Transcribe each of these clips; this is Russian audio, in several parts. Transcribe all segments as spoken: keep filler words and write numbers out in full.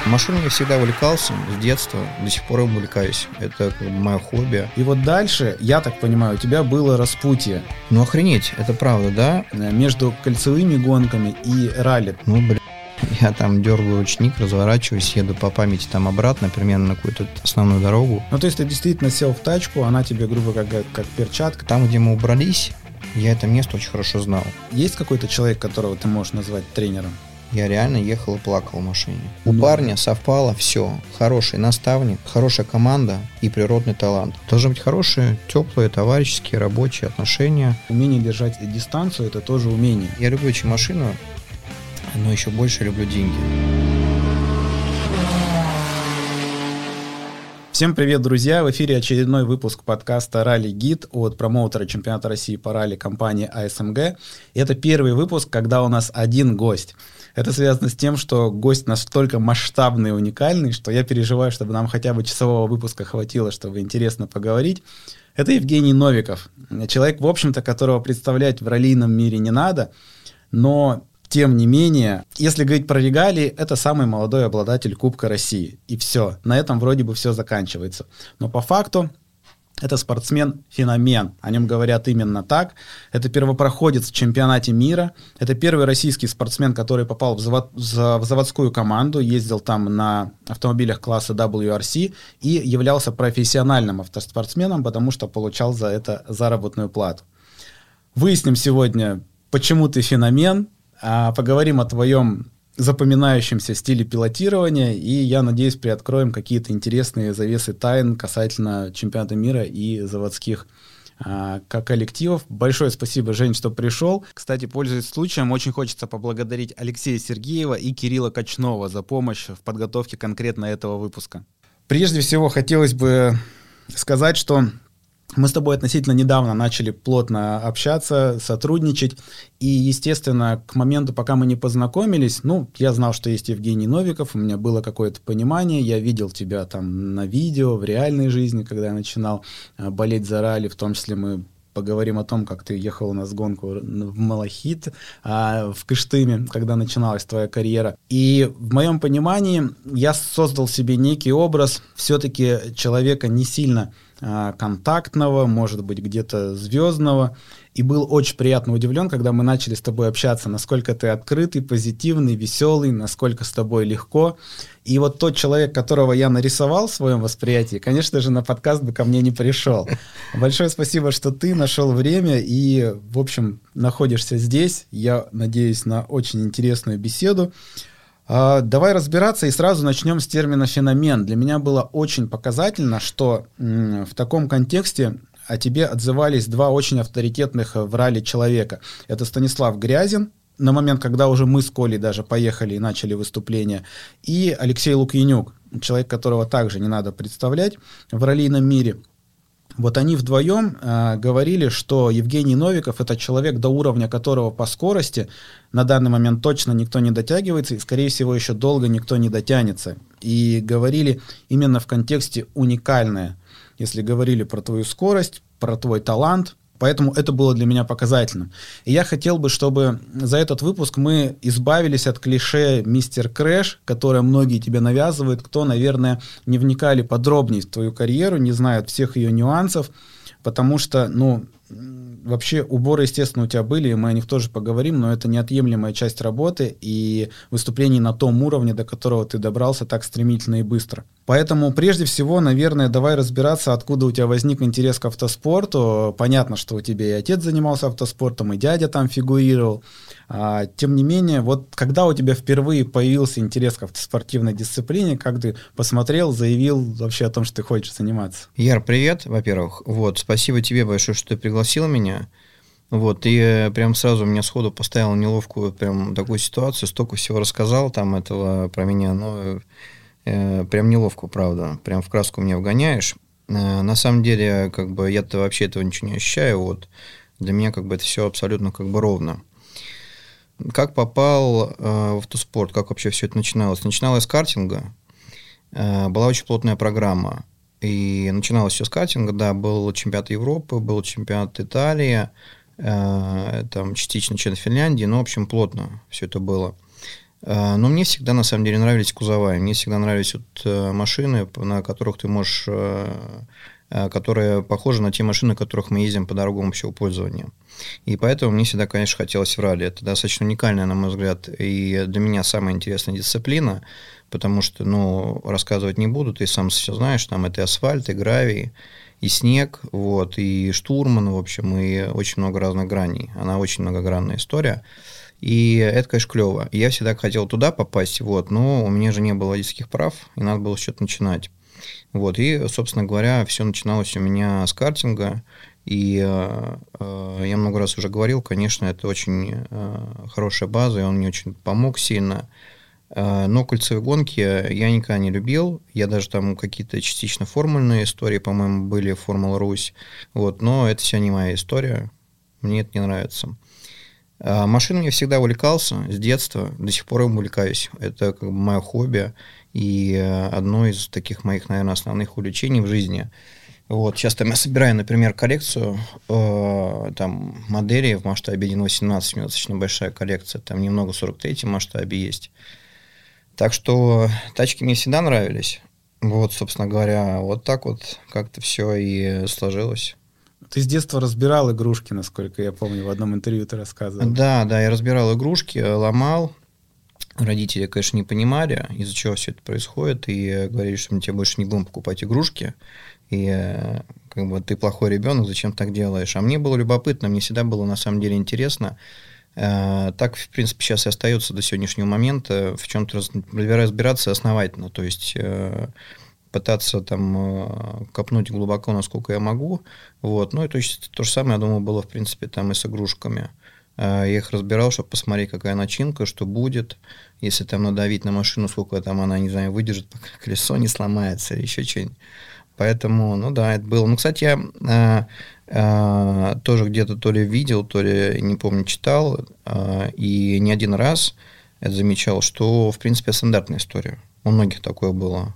Машинами я всегда увлекался с детства, до сих пор им увлекаюсь. Это как бы мое хобби. И вот дальше, я так понимаю, у тебя было распутье. Ну охренеть, это правда, да? Между кольцевыми гонками и ралли. Ну, блин. Я там дергаю ручник, разворачиваюсь, еду по памяти там обратно, примерно на какую-то основную дорогу. Ну, то есть ты действительно сел в тачку, она тебе, грубо как, как перчатка. Там, где мы убрались, я это место очень хорошо знал. Есть какой-то человек, которого ты можешь назвать тренером? Я реально ехал и плакал в машине. У ну, парня совпало все. Хороший наставник, хорошая команда и природный талант. Должны быть хорошие, теплые, товарищеские, рабочие отношения. Умение держать дистанцию – это тоже умение. Я люблю очень машину, но еще больше люблю деньги. Всем привет, друзья! В эфире очередной выпуск подкаста «Ралли Гид» от промоутера чемпионата России по ралли компании а эс эм гэ. И это первый выпуск, когда у нас один гость. Это связано с тем, что гость настолько масштабный и уникальный, что я переживаю, чтобы нам хотя бы часового выпуска хватило, чтобы интересно поговорить. Это Евгений Новиков. Человек, в общем-то, которого представлять в раллийном мире не надо, но... Тем не менее, если говорить про регалии, это самый молодой обладатель Кубка России. И все. На этом вроде бы все заканчивается. Но по факту это спортсмен-феномен. О нем говорят именно так. Это первопроходец в чемпионате мира. Это первый российский спортсмен, который попал в, завод, в заводскую команду, ездил там на автомобилях класса дабл ю ар си и являлся профессиональным автоспортсменом, потому что получал за это заработную плату. Выясним сегодня, почему ты феномен. А поговорим о твоем запоминающемся стиле пилотирования, и, я надеюсь, приоткроем какие-то интересные завесы тайн касательно чемпионата мира и заводских а, коллективов. Большое спасибо, Жень, что пришел. Кстати, пользуясь случаем, очень хочется поблагодарить Алексея Сергеева и Кирилла Качнова за помощь в подготовке конкретно этого выпуска. Прежде всего, хотелось бы сказать, что мы с тобой относительно недавно начали плотно общаться, сотрудничать, и, естественно, к моменту, пока мы не познакомились, ну, я знал, что есть Евгений Новиков, у меня было какое-то понимание, я видел тебя там на видео, в реальной жизни, когда я начинал а, болеть за ралли, в том числе мы поговорим о том, как ты ехал у нас гонку в Малахит, а, в Кыштыме, когда начиналась твоя карьера. И в моем понимании я создал себе некий образ все-таки человека не сильно контактного, может быть, где-то звездного. И был очень приятно удивлен, когда мы начали с тобой общаться, насколько ты открытый, позитивный, веселый, насколько с тобой легко. И вот тот человек, которого я нарисовал в своем восприятии, конечно же, на подкаст бы ко мне не пришел. Большое спасибо, что ты нашел время и, в общем, находишься здесь. Я надеюсь на очень интересную беседу. Uh, давай разбираться и сразу начнем с термина «феномен». Для меня было очень показательно, что м, в таком контексте о тебе отзывались два очень авторитетных в ралли человека. Это Станислав Грязин, на момент, когда уже мы с Колей даже поехали и начали выступление, и Алексей Лукьянюк, человек, которого также не надо представлять в раллийном мире. Вот они вдвоем э, говорили, что Евгений Новиков — это человек, до уровня которого по скорости на данный момент точно никто не дотягивается, и, скорее всего, еще долго никто не дотянется. И говорили именно в контексте уникальное, если говорили про твою скорость, про твой талант. Поэтому это было для меня показательным. И я хотел бы, чтобы за этот выпуск мы избавились от клише «Мистер Крэш», которое многие тебе навязывают, кто, наверное, не вникали подробнее в твою карьеру, не знают всех ее нюансов, потому что, ну, вообще уборы, естественно, у тебя были, и мы о них тоже поговорим, но это неотъемлемая часть работы и выступлений на том уровне, до которого ты добрался так стремительно и быстро. Поэтому, прежде всего, наверное, давай разбираться, откуда у тебя возник интерес к автоспорту. Понятно, что у тебя и отец занимался автоспортом, и дядя там фигурировал. А, тем не менее, вот когда у тебя впервые появился интерес к автоспортивной дисциплине, как ты посмотрел, заявил вообще о том, что ты хочешь заниматься? Яр, привет, во-первых. Вот, спасибо тебе большое, что ты пригласил меня. Вот, и прям сразу меня сходу поставил неловкую прям такую ситуацию, столько всего рассказал там этого про меня, но э, прям неловко, правда, прям в краску меня вгоняешь. Э, на самом деле, как бы я-то вообще этого ничего не ощущаю, вот, для меня как бы это все абсолютно как бы ровно. Как попал э, в автоспорт, как вообще все это начиналось? Начиналось с картинга, э, была очень плотная программа, и начиналось все с картинга, да, был чемпионат Европы, был чемпионат Италии, э, там частично чемпионат Финляндии, но, в общем, плотно все это было. Но мне всегда, на самом деле, нравились кузова. Мне всегда нравились вот машины, на которых ты можешь... которые похожи на те машины, на которых мы ездим по дорогам общего пользования. И поэтому мне всегда, конечно, хотелось в ралли. Это достаточно уникальная, на мой взгляд, и для меня самая интересная дисциплина, потому что, ну, рассказывать не буду, ты сам все знаешь, там это и асфальт, и гравий, и снег, вот, и штурман, в общем, и очень много разных граней. Она очень многогранная история. И это, конечно, клево. Я всегда хотел туда попасть, вот, но у меня же не было водительских прав, и надо было что-то начинать. Вот, и, собственно говоря, все начиналось у меня с картинга, и э, э, я много раз уже говорил, конечно, это очень э, хорошая база, и он мне очень помог сильно, э, но кольцевые гонки я никогда не любил, я даже там какие-то частично формульные истории, по-моему, были Формула Русь, вот, но это вся не моя история, мне это не нравится. А машинами я всегда увлекался с детства, до сих пор им увлекаюсь, это как бы мое хобби, и одно из таких моих, наверное, основных увлечений в жизни. Вот, часто я собираю, например, коллекцию э, там, моделей в масштабе один восемнадцать, у меня достаточно большая коллекция, там немного в сорок третьем масштабе есть. Так что тачки мне всегда нравились. Вот, собственно говоря, вот так вот как-то все и сложилось. Ты с детства разбирал игрушки, насколько я помню, в одном интервью ты рассказывал. Да, да, я разбирал игрушки, ломал. Родители, конечно, не понимали, из-за чего все это происходит, и говорили, что мы тебе больше не будем покупать игрушки, и как бы ты плохой ребенок, зачем так делаешь? А мне было любопытно, мне всегда было на самом деле интересно. Так, в принципе, сейчас и остается до сегодняшнего момента в чем-то разбираться основательно, то есть пытаться там копнуть глубоко, насколько я могу. Вот. Ну и то, есть, то же самое, я думаю, было, в принципе, там и с игрушками. Я их разбирал, чтобы посмотреть, какая начинка, что будет, если там надавить на машину, сколько там она, не знаю, выдержит, пока колесо не сломается или еще что-нибудь. Поэтому, ну да, это было. Ну, кстати, я а, а, тоже где-то то ли видел, то ли, не помню, читал, а, и не один раз это замечал, что, в принципе, стандартная история. У многих такое было,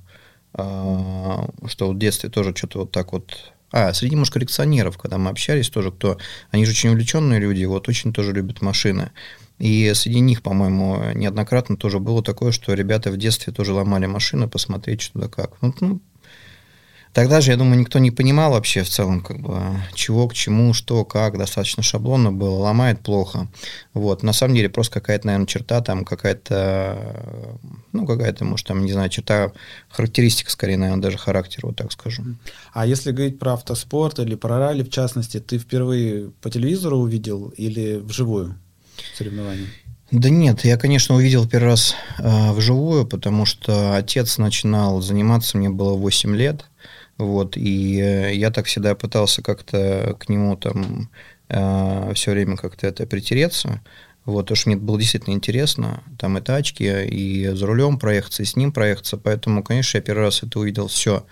а, что в детстве тоже что-то вот так вот... А, среди, может, коллекционеров, когда мы общались, тоже кто... Они же очень увлеченные люди, вот очень тоже любят машины. И среди них, по-моему, неоднократно тоже было такое, что ребята в детстве тоже ломали машины, посмотреть, что да как. Ну, ну, тогда же, я думаю, никто не понимал вообще в целом, как бы, чего, к чему, что, как. Достаточно шаблонно было, ломает плохо. Вот. На самом деле, просто какая-то, наверное, черта, там, какая-то, ну, какая-то, может, там, не знаю, черта, характеристика, скорее, наверное, даже характера, вот так скажу. А если говорить про автоспорт или про ралли, в частности, ты впервые по телевизору увидел или вживую соревнования? Да нет, я, конечно, увидел первый раз э, вживую, потому что отец начинал заниматься, мне было восемь лет. Вот, и э, я так всегда пытался как-то к нему там э, все время как-то это притереться, вот, потому что мне было действительно интересно, там и тачки, и за рулем проехаться, и с ним проехаться, поэтому, конечно, я первый раз это увидел все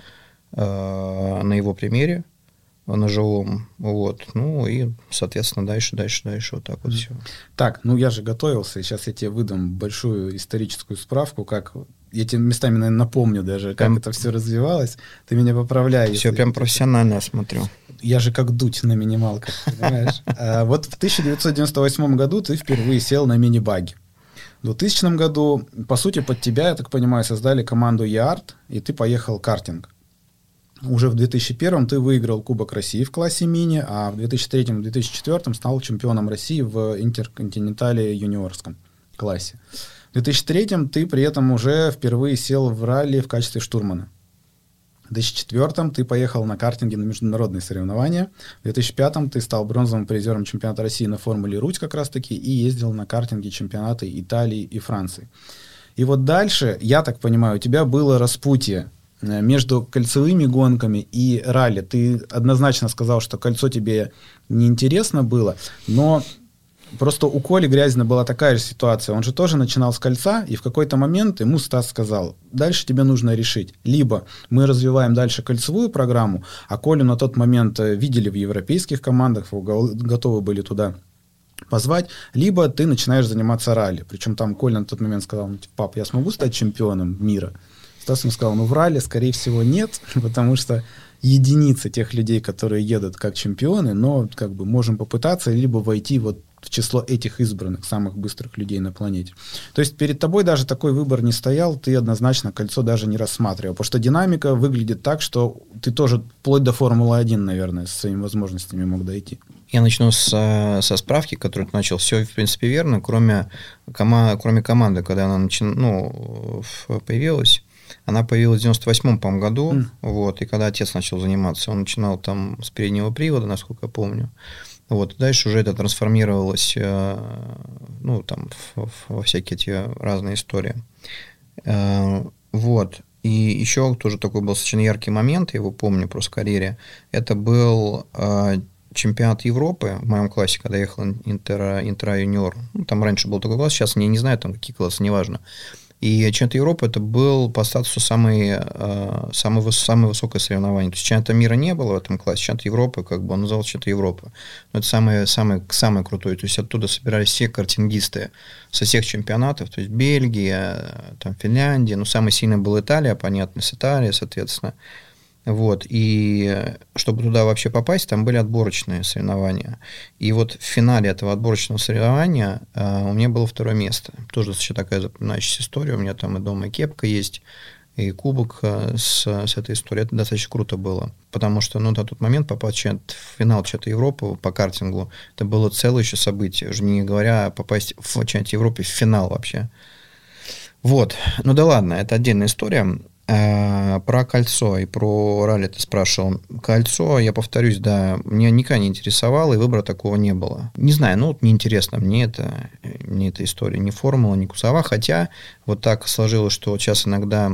э, на его примере, на живом, вот, ну и, соответственно, дальше, дальше, дальше, вот так вот все. Так, ну я же готовился, и сейчас я тебе выдам большую историческую справку, как... Я тебе местами, наверное, напомню даже, как прям, это все развивалось. Ты меня поправляй. Все прям профессионально, я смотрю. Я же как дуть на минималках, понимаешь? А вот в тысяча девятьсот девяносто восьмом году ты впервые сел на мини-баги. В двухтысячном году, по сути, под тебя, я так понимаю, создали команду Ярд, и ты поехал картинг. Уже в две тысячи первом ты выиграл Кубок России в классе мини, а в две тысячи третьем — две тысячи четвёртом стал чемпионом России в интерконтинентале юниорском классе. В две тысячи третьем ты при этом уже впервые сел в ралли в качестве штурмана. В две тысячи четвёртом ты поехал на картинге на международные соревнования. В две тысячи пятом ты стал бронзовым призером чемпионата России на Формуле Русь как раз-таки и ездил на картинге чемпионаты Италии и Франции. И вот дальше, я так понимаю, у тебя было распутье между кольцевыми гонками и ралли. Ты однозначно сказал, что кольцо тебе неинтересно было, но... Просто у Коли Грязина была такая же ситуация. Он же тоже начинал с кольца, и в какой-то момент ему Стас сказал: дальше тебе нужно решить. Либо мы развиваем дальше кольцевую программу, а Колю на тот момент видели в европейских командах, готовы были туда позвать, либо ты начинаешь заниматься ралли. Причем там Коля на тот момент сказал: пап, я смогу стать чемпионом мира? Стас ему сказал: ну в ралли, скорее всего, нет, потому что единицы тех людей, которые едут как чемпионы, но как бы можем попытаться либо войти вот в число этих избранных, самых быстрых людей на планете. То есть перед тобой даже такой выбор не стоял, ты однозначно кольцо даже не рассматривал, потому что динамика выглядит так, что ты тоже вплоть до Формулы один, наверное, со своими возможностями мог дойти. Я начну с, со справки, которую ты начал. Все, в принципе, верно, кроме, кома, кроме команды, когда она начи, ну, появилась. Она появилась в девяносто восьмом, по-моему, году, mm. вот, и когда отец начал заниматься, он начинал там с переднего привода, насколько я помню. Вот, дальше уже это трансформировалось, ну, там, в, в, во всякие эти разные истории. Вот. И еще тоже такой был очень яркий момент, я его помню просто в карьере, это был чемпионат Европы в моем классе, когда я ехал интера, интра-юниор. Ну, там раньше был такой класс, сейчас я не знаю, там какие классы, неважно. И чемпионат Европы это был по статусу самый, самый, самое высокое соревнование. То есть чемпионата мира не было в этом классе, чемпионат Европы, как бы он назывался чемпионат Европы. Но это самое, самое, самое крутое. То есть оттуда собирались все картингисты со всех чемпионатов. То есть Бельгия, там, Финляндия. Ну, самый сильный был Италия, понятно, с Италией, соответственно. Вот, и чтобы туда вообще попасть, там были отборочные соревнования. И вот в финале этого отборочного соревнования э, у меня было второе место. Тоже еще такая запоминающаяся история. У меня там и дома и кепка есть, и кубок э, с, с этой историей. Это достаточно круто было. Потому что, ну, на тот момент попасть в финал чемпионата Европы по картингу, это было целое еще событие. Уже не говоря, попасть в чемпионат Европы в финал вообще. Вот. Ну да ладно, это отдельная история. Про кольцо и про ралли ты спрашивал. Кольцо, я повторюсь, да, меня никогда не интересовало, и выбора такого не было. Не знаю, ну, вот неинтересно мне это, мне эта история, ни формула, ни кузова, хотя вот так сложилось, что сейчас иногда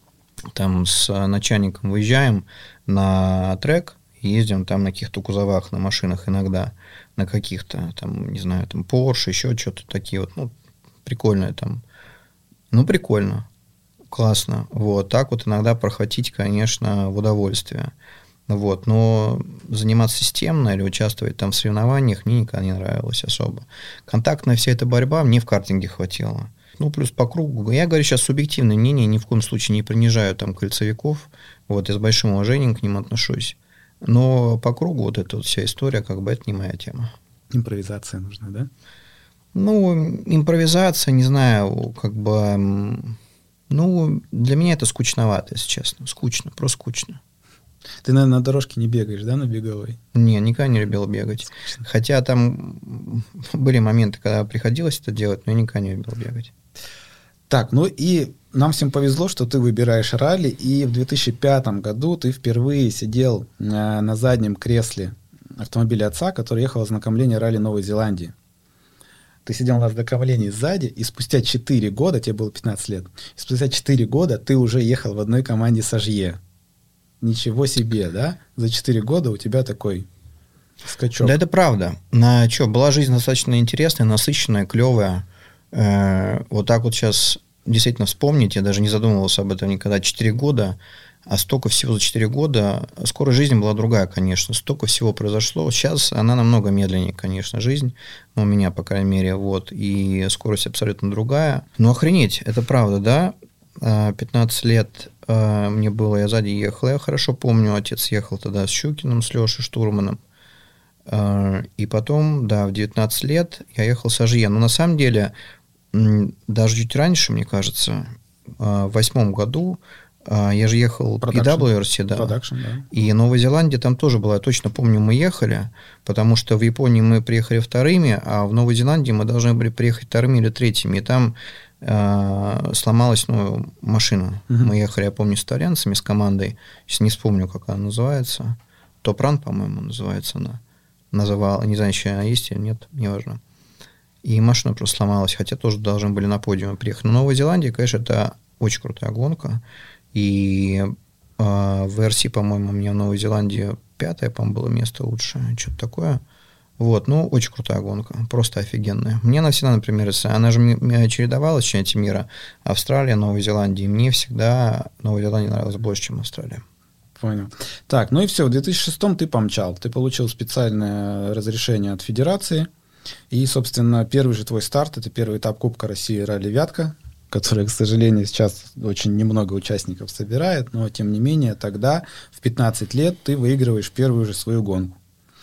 там с начальником выезжаем на трек, ездим там на каких-то кузовах, на машинах иногда, на каких-то, там, не знаю, там, Porsche, еще что-то такие вот, ну, прикольные там. Ну, прикольно. Классно. Вот. Так вот иногда прохватить, конечно, в удовольствие. Вот. Но заниматься системно или участвовать там в соревнованиях мне никогда не нравилось особо. Контактная вся эта борьба мне в картинге хватило. Ну, плюс по кругу. Я говорю сейчас субъективное мнение, ни в коем случае не принижаю там кольцевиков. Вот. Я с большим уважением к ним отношусь. Но по кругу вот эта вот вся история, как бы, это не моя тема. Импровизация нужна, да? Ну, импровизация, не знаю, как бы... Ну, для меня это скучновато, если честно. Скучно, просто скучно. Ты, наверное, на дорожке не бегаешь, да, на беговой? Не, никогда не любил бегать. Скучно. Хотя там были моменты, когда приходилось это делать, но я никогда не любил бегать. Так, ну и нам всем повезло, что ты выбираешь ралли, и в две тысячи пятом году ты впервые сидел на, на заднем кресле автомобиля отца, который ехал в ознакомление ралли Новой Зеландии. Ты сидел на ознакомлении сзади, и спустя четыре года, тебе было пятнадцать лет, и спустя четыре года ты уже ехал в одной команде с Ogier. Ничего себе, да? За четыре года у тебя такой скачок. Да, это правда. На что, была жизнь достаточно интересная, насыщенная, клевая. Э-э- вот так вот сейчас действительно вспомнить, я даже не задумывался об этом никогда. Четыре года, а столько всего за четыре года. Скорость жизни была другая, конечно. Столько всего произошло. Сейчас она намного медленнее, конечно, жизнь. Ну, у меня, по крайней мере, вот. И скорость абсолютно другая. Ну, охренеть, это правда, да? пятнадцать лет мне было, я сзади ехал. Я хорошо помню, отец ехал тогда с Щукиным, с Лешей Штурманом. И потом, да, в девятнадцать лет я ехал с Ogier. Но на самом деле, даже чуть раньше, мне кажется, в восьмом году я же ехал в и дабл ю ар си, да. Production, да. И Новая Зеландия там тоже была. Я точно помню, мы ехали, потому что в Японии мы приехали вторыми, а в Новой Зеландии мы должны были приехать вторыми или третьими. И там э, сломалась ну, машина. Uh-huh. Мы ехали, я помню, с итальянцами, с командой. Сейчас не вспомню, как она называется. Топ-ран, по-моему, называется она. Называла. Не знаю, еще она есть или нет, неважно. И машина просто сломалась, хотя тоже должны были на подиуме приехать. Но Новая Зеландия, конечно, это очень крутая гонка. И э, в эр си, по-моему, у меня в Новой Зеландии пятое, по-моему, было место лучшее, что-то такое. Вот, ну, очень крутая гонка, просто офигенная. Мне она всегда, например, она же мне чередовалась в чемпионате мира Австралия, Новая Зеландия, и мне всегда Новая Зеландия нравилась больше, чем Австралия. Понял. Так, ну и все, в две тысячи шестом ты помчал, ты получил специальное разрешение от Федерации, и, собственно, первый же твой старт, это первый этап Кубка России ралли «Вятка», которая, к сожалению, сейчас очень немного участников собирает, но, тем не менее, тогда, в пятнадцать лет, ты выигрываешь первую же свою гонку.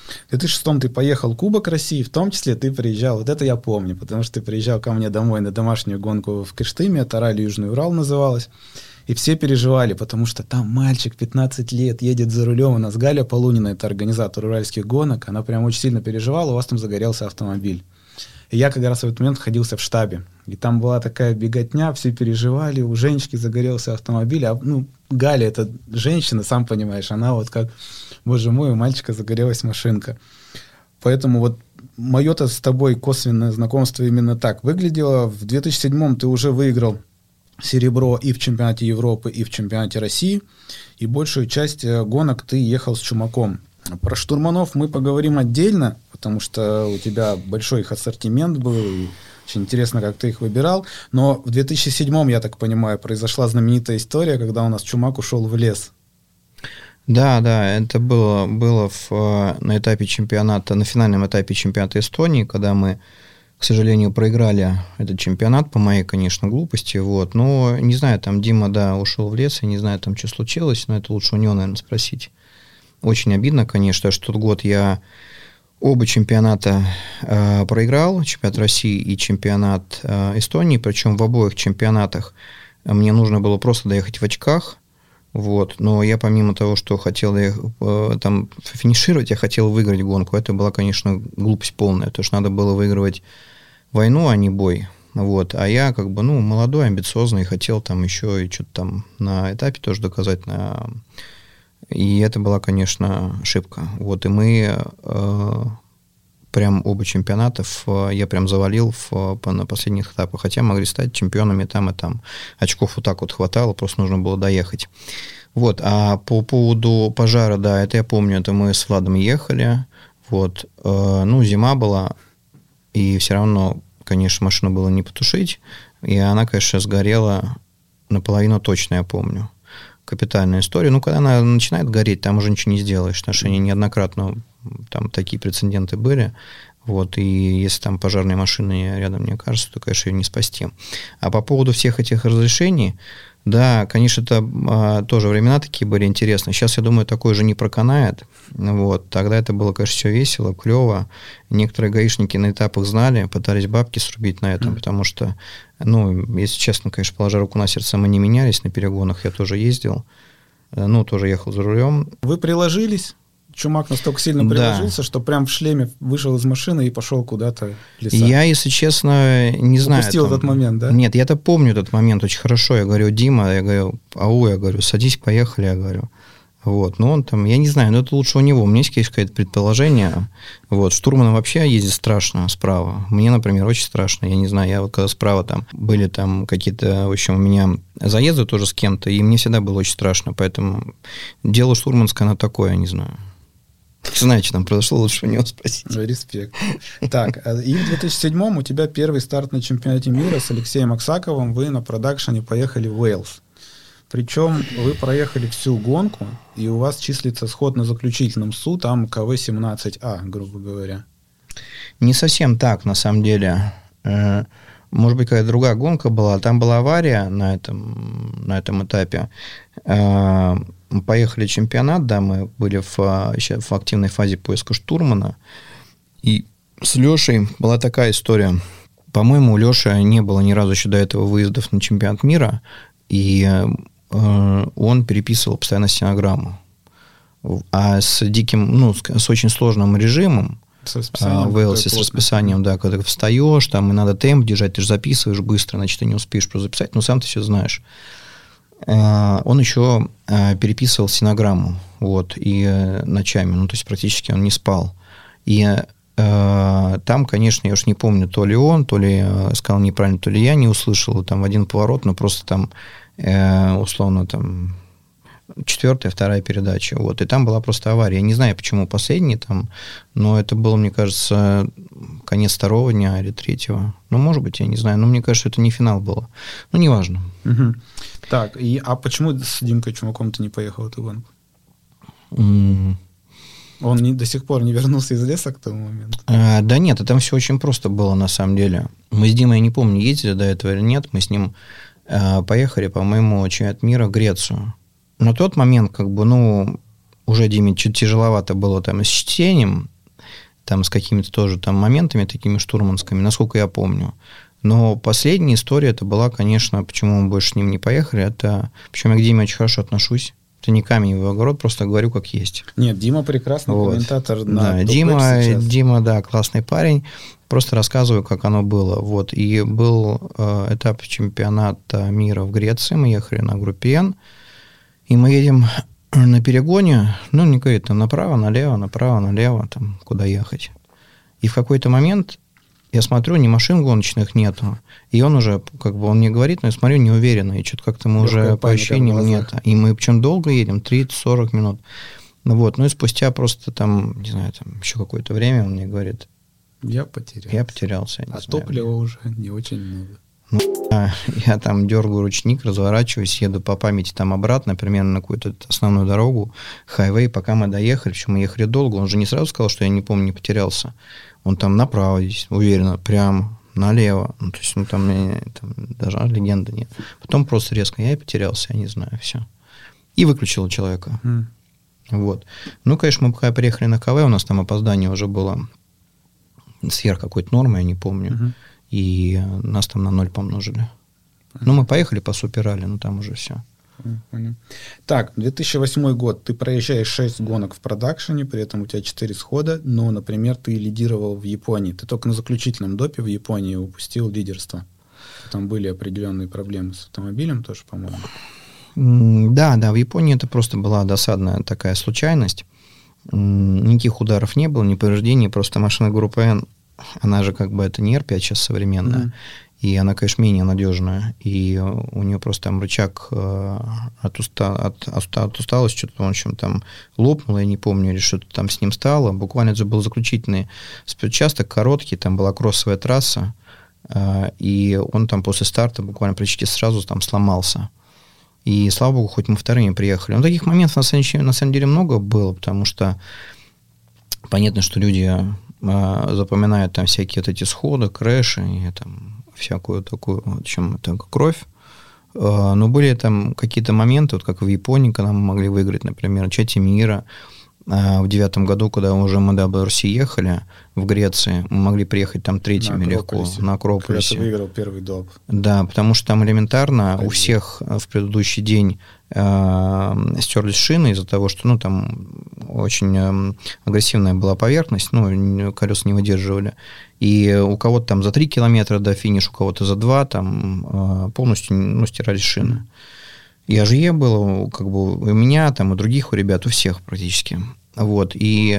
В две тысячи шестом ты поехал в Кубок России, в том числе ты приезжал, вот это я помню, потому что ты приезжал ко мне домой на домашнюю гонку в Кыштыме, это ралли Южный Урал называлось, и все переживали, потому что там мальчик пятнадцать лет едет за рулем, у нас Галя Полунина, это организатор уральских гонок, она прям очень сильно переживала, у вас там загорелся автомобиль. И я как раз в этот момент находился в штабе. И там была такая беготня, все переживали, у Женечки загорелся автомобиль. А, ну, Галя, это женщина, сам понимаешь, она вот как, боже мой, у мальчика загорелась машинка. Поэтому вот мое-то с тобой косвенное знакомство именно так выглядело. В две тысячи седьмом ты уже выиграл серебро и в чемпионате Европы, и в чемпионате России. И большую часть гонок ты ехал с Чумаком. Про штурманов мы поговорим отдельно, потому что у тебя большой их ассортимент был, и очень интересно, как ты их выбирал. Но в две тысячи седьмом, я так понимаю, произошла знаменитая история, когда у нас Чумак ушел в лес. Да, да, это было, было в, на этапе чемпионата, на финальном этапе чемпионата Эстонии, когда мы, к сожалению, проиграли этот чемпионат, по моей, конечно, глупости, вот, но, не знаю, там Дима, да, ушел в лес, я не знаю, там, что случилось, но это лучше у него, наверное, спросить. Очень обидно, конечно, что тот год я оба чемпионата э, проиграл, чемпионат России и чемпионат э, Эстонии, причем в обоих чемпионатах мне нужно было просто доехать в очках, вот, но я помимо того, что хотел э, там финишировать, я хотел выиграть гонку, это была, конечно, глупость полная, потому что надо было выигрывать войну, а не бой, вот, а я как бы, ну, молодой, амбициозный, хотел там еще и что-то там на этапе тоже доказать, на... И это была, конечно, ошибка. Вот, и мы э, прям оба чемпионатов э, я прям завалил в, по, на последних этапах, хотя могли стать чемпионами там и там. Очков вот так вот хватало, просто нужно было доехать. Вот, а по поводу пожара, да, это я помню, это мы с Владом ехали, вот, э, ну, зима была, и все равно, конечно, машину было не потушить, и она, конечно, сгорела наполовину точно, я помню. Капитальная история. Ну, когда она начинает гореть, там уже ничего не сделаешь. В отношении неоднократно там такие прецеденты были. Вот, и если там пожарной машины рядом не окажется, то, конечно, ее не спасти. А по поводу всех этих разрешений, да, конечно, это а, тоже времена такие были интересные. Сейчас, я думаю, такое же не проканает. Вот, тогда это было, конечно, все весело, клево. Некоторые гаишники на этапах знали, пытались бабки срубить на этом, mm. потому что, ну, если честно, конечно, положа руку на сердце, мы не менялись на перегонах, я тоже ездил, ну, тоже ехал за рулем. Вы приложились? Чумак настолько сильно приложился, да, что прям в шлеме вышел из машины и пошел куда-то в леса. Я, если честно, не знаю. Упустил там... этот момент, да? Нет, я-то помню этот момент очень хорошо. Я говорю, Дима, я говорю, ау, я говорю, садись, поехали, я говорю. Вот, но он там, я не знаю, но это лучше у него. У меня есть, конечно, какое-то предположение. Вот, штурманом вообще ездить страшно справа. Мне, например, очень страшно. Я не знаю, я вот когда справа там были там какие-то, в общем, у меня заезды тоже с кем-то, и мне всегда было очень страшно. Поэтому дело штурманское, оно такое, я не знаю. Не знаю, что там произошло, лучше у него спросить. Респект. Так, и в две тысячи седьмом у тебя первый старт на чемпионате мира с Алексеем Аксаковым. Вы на продакшене поехали в Уэльс. Причем вы проехали всю гонку, и у вас числится сход на заключительном СУ, там ка вэ семнадцать а, грубо говоря. Не совсем так, на самом деле. Может быть, какая-то другая гонка была. Там была авария на этом, на этом этапе. Мы поехали в чемпионат, да, мы были в, в активной фазе поиска штурмана. И с Лешей была такая история. По-моему, у Леши не было ни разу еще до этого выездов на чемпионат мира, и э, он переписывал постоянно стенограмму. А с диким, ну, с, с очень сложным режимом, в Уэлсе, с расписанием, да, когда ты встаешь, там и надо темп держать, ты же записываешь быстро, значит, ты не успеешь просто записать, но сам ты все знаешь. Он еще переписывал стенограмму, вот, и ночами, ну, то есть практически он не спал. И э, там, конечно, я уж не помню, то ли он, то ли сказал неправильно, то ли я не услышал, там в один поворот, но просто там, э, условно, там, четвертая, вторая передача, вот, и там была просто авария. Я не знаю, почему последний там, но это было, мне кажется, конец второго дня или третьего. Ну, может быть, я не знаю, но мне кажется, это не финал было. Ну, неважно. Угу. Так, и, а почему с Димкой Чумаком ты не поехал в эту гонку? Mm. Он не, до сих пор не вернулся из леса к тому моменту? А, да нет, там все очень просто было, на самом деле. Мы с Димой, я не помню, ездили до этого или нет, мы с ним а, поехали, по-моему, чемпионат мира в Грецию. На тот момент, как бы, ну, уже Диме чуть тяжеловато было там с чтением, там с какими-то тоже там моментами такими штурманскими, насколько я помню. Но последняя история это была, конечно, почему мы больше с ним не поехали, это, причем я к Диме очень хорошо отношусь, это не камень в огород, просто говорю как есть. Нет, Дима прекрасный вот. комментатор на да, Дима, Дима, да, классный парень, просто рассказываю, как оно было. Вот, и был э, этап чемпионата мира в Греции, мы ехали на группе Н, и мы едем на перегоне, ну, не говорит, там направо, налево, направо, налево, там, куда ехать. И в какой-то момент я смотрю, ни машин гоночных нету, и он уже, как бы, он мне говорит, но я смотрю неуверенно, и что-то как-то мы Легкая уже по ощущениям нет. И мы причем долго едем, тридцать-сорок минут. Ну вот, ну и спустя просто там, не знаю, там еще какое-то время он мне говорит, я потерялся. Я потерялся. Я а топлива уже не очень много. Ну, я там дергаю ручник, разворачиваюсь, еду по памяти там обратно, примерно на какую-то основную дорогу, хайвей, пока мы доехали, причем мы ехали долго, он же не сразу сказал, что я не помню, не потерялся. Он там направо здесь, уверенно, прямо, налево. Ну, то есть, ну, там, там даже легенды нет. Потом просто резко я и потерялся, я не знаю, все. И выключил человека. Mm. Вот. Ну, конечно, мы пока приехали на КВ, у нас там опоздание уже было сверх какой-то нормы, я не помню. Mm-hmm. И нас там на ноль помножили. Mm-hmm. Ну, мы поехали по суперралли, ну, там уже все. Mm-hmm. Так, две тысячи восьмой год. Ты проезжаешь шесть гонок в продакшене, при этом у тебя четыре схода, но, например, ты лидировал в Японии. Ты только на заключительном допе в Японии упустил лидерство. Там были определенные проблемы с автомобилем тоже, по-моему. Mm, да, да, в Японии это просто была досадная такая случайность. Mm, никаких ударов не было, ни повреждений, просто машина группы N, она же как бы это не эр пять сейчас современная, mm-hmm. и она, конечно, менее надежная, и у нее просто там рычаг э, от, уста, от, от усталости что-то, в общем, там лопнул, я не помню, или что-то там с ним стало. Буквально это был заключительный спецучасток, короткий, там была кроссовая трасса, э, и он там после старта буквально почти сразу там сломался. И, слава богу, хоть мы вторыми приехали. Но таких моментов на самом, на самом деле много было, потому что понятно, что люди э, запоминают там всякие вот эти сходы, крэши и там всякую такую, в общем, это кровь. Э, но были там какие-то моменты, вот как в Японии, когда мы могли выиграть, например, Чате мира. Э, в девятом году, когда уже мы дабл ю ар си ехали в Греции, мы могли приехать там третьими на легко, на Акрополисе. Когда ты выиграл первый доп. Да, потому что там элементарно Один. у всех в предыдущий день э, стерлись шины из-за того, что, ну, там очень э, агрессивная была поверхность, ну, колеса не выдерживали. И у кого-то там за три километра до финиша, у кого-то за два, там э, полностью, ну, стирались шины. И АЖЕ было, как бы, у меня, там, у других, у ребят, у всех практически. Вот, и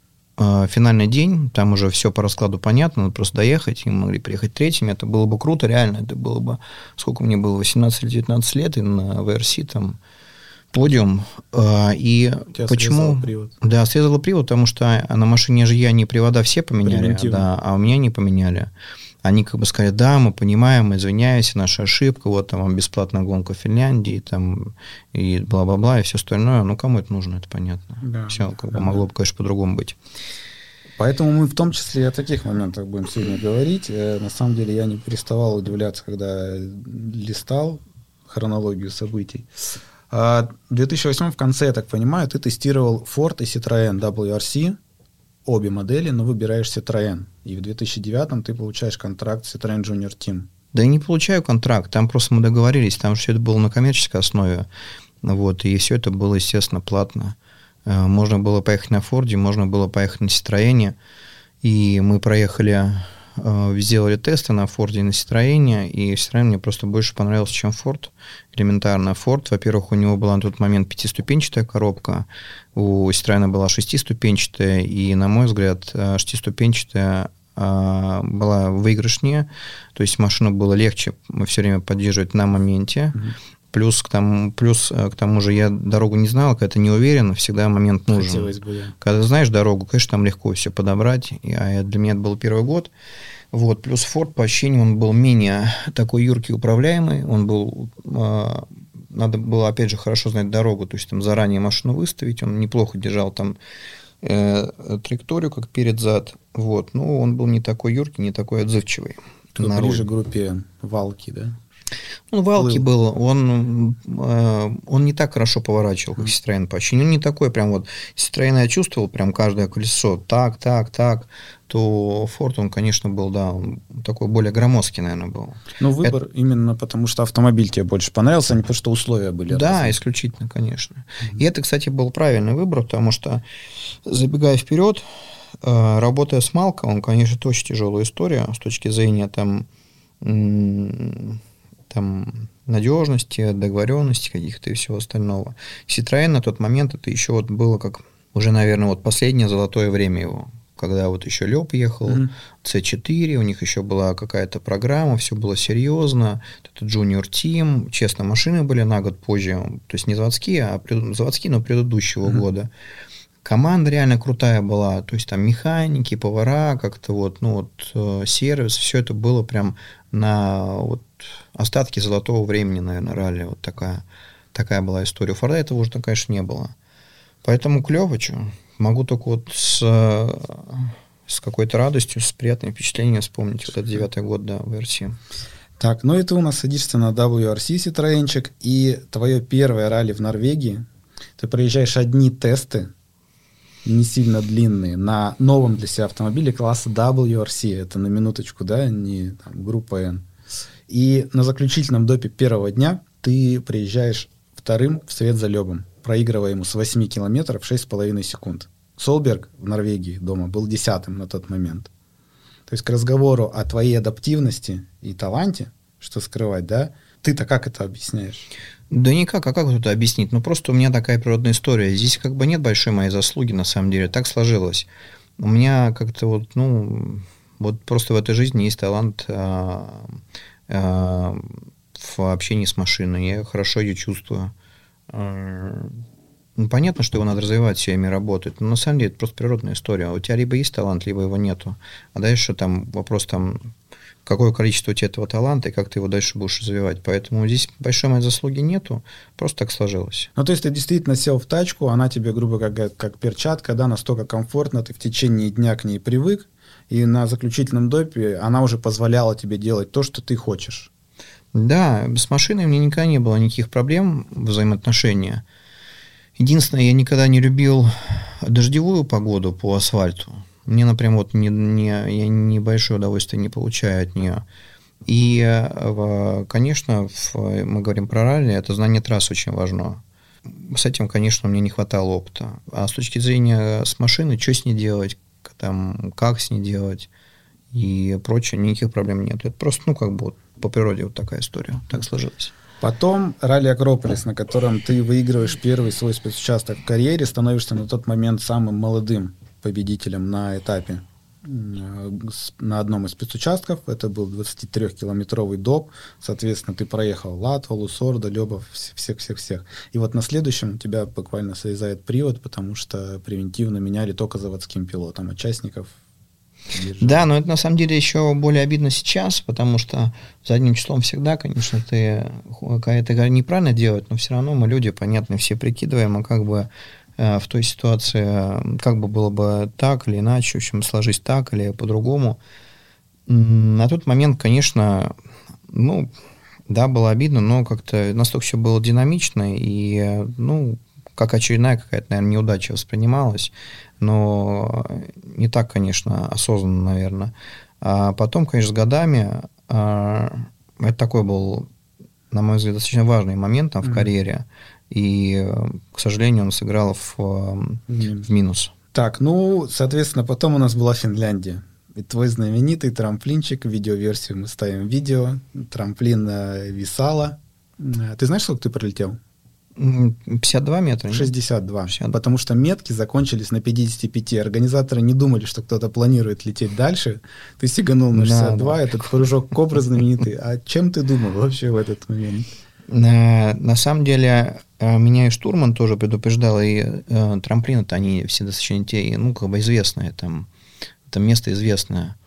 э, финальный день, там уже все по раскладу понятно, надо просто доехать, и мы могли приехать третьими, это было бы круто, реально, это было бы, сколько мне было, восемнадцать или девятнадцать лет, и на ви ар си там подиум. Э, и тебя почему? Привод. Да, срезало привод, потому что на машине АЖЕ они привода все поменяли, да, а у меня не поменяли. Они как бы сказали, да, мы понимаем, мы извиняемся, наша ошибка, вот там вам бесплатная гонка в Финляндии, там, и бла-бла-бла, и все остальное. Ну, кому это нужно, это понятно. Да, все, как да, бы могло бы, конечно, по-другому быть. Поэтому мы в том числе о таких моментах будем сегодня говорить. На самом деле я не переставал удивляться, когда листал хронологию событий. В две тысячи восьмом в конце, я так понимаю, ты тестировал Ford и Citroën дабл ю ар си, обе модели, но выбираешь Citroën. И в две тысячи девятом ты получаешь контракт с Citroën Junior Team. Да я не получаю контракт, там просто мы договорились, там все это было на коммерческой основе, вот, и все это было, естественно, платно. Можно было поехать на Форде, можно было поехать на Citroën, и мы проехали, сделали тесты на Форде и на Citroën, и Citroën мне просто больше понравился, чем Ford, элементарно. Ford, во-первых, у него была на тот момент пятиступенчатая коробка, у Citroën была шестиступенчатая, и, на мой взгляд, шестиступенчатая была выигрышнее, то есть машину было легче все время поддерживать на моменте. Mm-hmm. Плюс к, тому, плюс к тому же я дорогу не знал, когда ты не уверен, всегда момент нужен. Хотелось бы, да. Когда ты знаешь дорогу, конечно, там легко все подобрать, а для меня это был первый год. Вот. Плюс Ford, по ощущениям, он был менее такой юркий, управляемый, он был... Надо было, опять же, хорошо знать дорогу, то есть там заранее машину выставить, он неплохо держал там э, траекторию, как перед-зад, вот, но он был не такой юркий, не такой отзывчивый. Ближе к группе Валки, да? Ну, Валки был, он, э, он не так хорошо поворачивал, как Citroёn почти. Ну, не такой прям вот. Citroёn я чувствовал прям каждое колесо так, так, так. То Ford, он, конечно, был, да, он такой более громоздкий, наверное, был. Ну, выбор это... именно потому, что автомобиль тебе больше понравился, а не потому, что условия были Да, разные. исключительно, конечно. Mm-hmm. И это, кстати, был правильный выбор, потому что, забегая вперед, э, работая с Малко, он, конечно, это очень тяжелая история с точки зрения там... М- там надежности, договоренности каких-то и всего остального. Citroёn на тот момент это еще вот было как уже, наверное, вот последнее золотое время его, когда вот еще Лёб ехал, mm-hmm. си четыре, у них еще была какая-то программа, все было серьезно, это Junior Team, честно, машины были на год позже, то есть не заводские, а пред... заводские, но предыдущего mm-hmm. года. Команда реально крутая была, то есть там механики, повара, как-то вот, ну вот сервис, все это было прям на вот остатки золотого времени, наверное, ралли. Вот такая, такая была история. У Форда этого уже, конечно, не было. Поэтому клево, что. Могу только вот с, с какой-то радостью, с приятным впечатлением вспомнить вот этот девятый год, да, ви ар си. Так, ну и ты у нас садишься на дабл ю ар си Citroёnчик, и твое первое ралли в Норвегии, ты проезжаешь одни тесты, не сильно длинные, на новом для себя автомобиле класса дабл ю ар си. Это на минуточку, да, не там, группа N. И на заключительном допе первого дня ты приезжаешь вторым вслед за Лёбом, проигрывая ему с восьми километров шесть с половиной секунд. Солберг в Норвегии дома был десятым на тот момент. То есть к разговору о твоей адаптивности и таланте, что скрывать, да, ты-то как это объясняешь? Да никак, а как это объяснить? Ну, просто у меня такая природная история. Здесь как бы нет большой моей заслуги, на самом деле. Так сложилось. У меня как-то вот, ну, вот просто в этой жизни есть талант а, а, в общении с машиной. Я хорошо ее чувствую. А, ну, понятно, что его надо развивать, все ими работать. Но на самом деле это просто природная история. У тебя либо есть талант, либо его нету. А дальше там вопрос там... какое количество у тебя этого таланта и как ты его дальше будешь развивать. Поэтому здесь большой моей заслуги нету, просто так сложилось. Ну, то есть ты действительно сел в тачку, она тебе, грубо говоря, как, как перчатка, да, настолько комфортно, ты в течение дня к ней привык, и на заключительном допе она уже позволяла тебе делать то, что ты хочешь. Да, с машиной мне никогда не было никаких проблем взаимоотношения. Единственное, я никогда не любил дождевую погоду по асфальту. Мне, например, вот не, не, я небольшое удовольствие не получаю от нее. И, конечно, в, мы говорим про ралли, это знание трасс очень важно. С этим, конечно, мне не хватало опыта. А с точки зрения с машиной, что с ней делать, там, как с ней делать и прочее, никаких проблем нет. Это просто, ну, как бы вот, по природе вот такая история, так сложилось. Потом ралли Акрополис, на котором ты выигрываешь первый свой спецучасток в карьере, становишься на тот момент самым молодым победителем на этапе на одном из спецучастков. Это был двадцатитрёхкилометровый доп. Соответственно, ты проехал Латвалу, Сорда, Лёбов, всех-всех-всех. И вот на следующем у тебя буквально срезает привод, потому что превентивно меняли только заводским пилотам, участников. Держали. Да, но это на самом деле еще более обидно сейчас, потому что задним числом всегда, конечно, ты это неправильно делать, но все равно мы люди, понятно, все прикидываем, а как бы в той ситуации, как бы было бы так или иначе, в общем, сложись так или по-другому. На тот момент, конечно, ну, да, было обидно, но как-то настолько все было динамично, и, ну, как очередная какая-то, наверное, неудача воспринималась, но не так, конечно, осознанно, наверное. А потом, конечно, с годами, это такой был, на мой взгляд, достаточно важный момент там в mm-hmm. карьере, и, к сожалению, он сыграл в, в минус. Так, ну, соответственно, потом у нас была Финляндия. И твой знаменитый трамплинчик, видеоверсию мы ставим видео, трамплин Висала. Ты знаешь, сколько ты пролетел? пятьдесят два метра. шестьдесят два. шестьдесят. Потому что метки закончились на пятидесяти пяти. Организаторы не думали, что кто-то планирует лететь дальше. Ты сиганул на шестьдесят два, да, да. Этот прыжок Кобра знаменитый. А чем ты думал вообще в этот момент? На, на самом деле, меня и штурман тоже предупреждал, и э, трамплины-то они все достаточно те, ну, как бы известные, там, это место известное.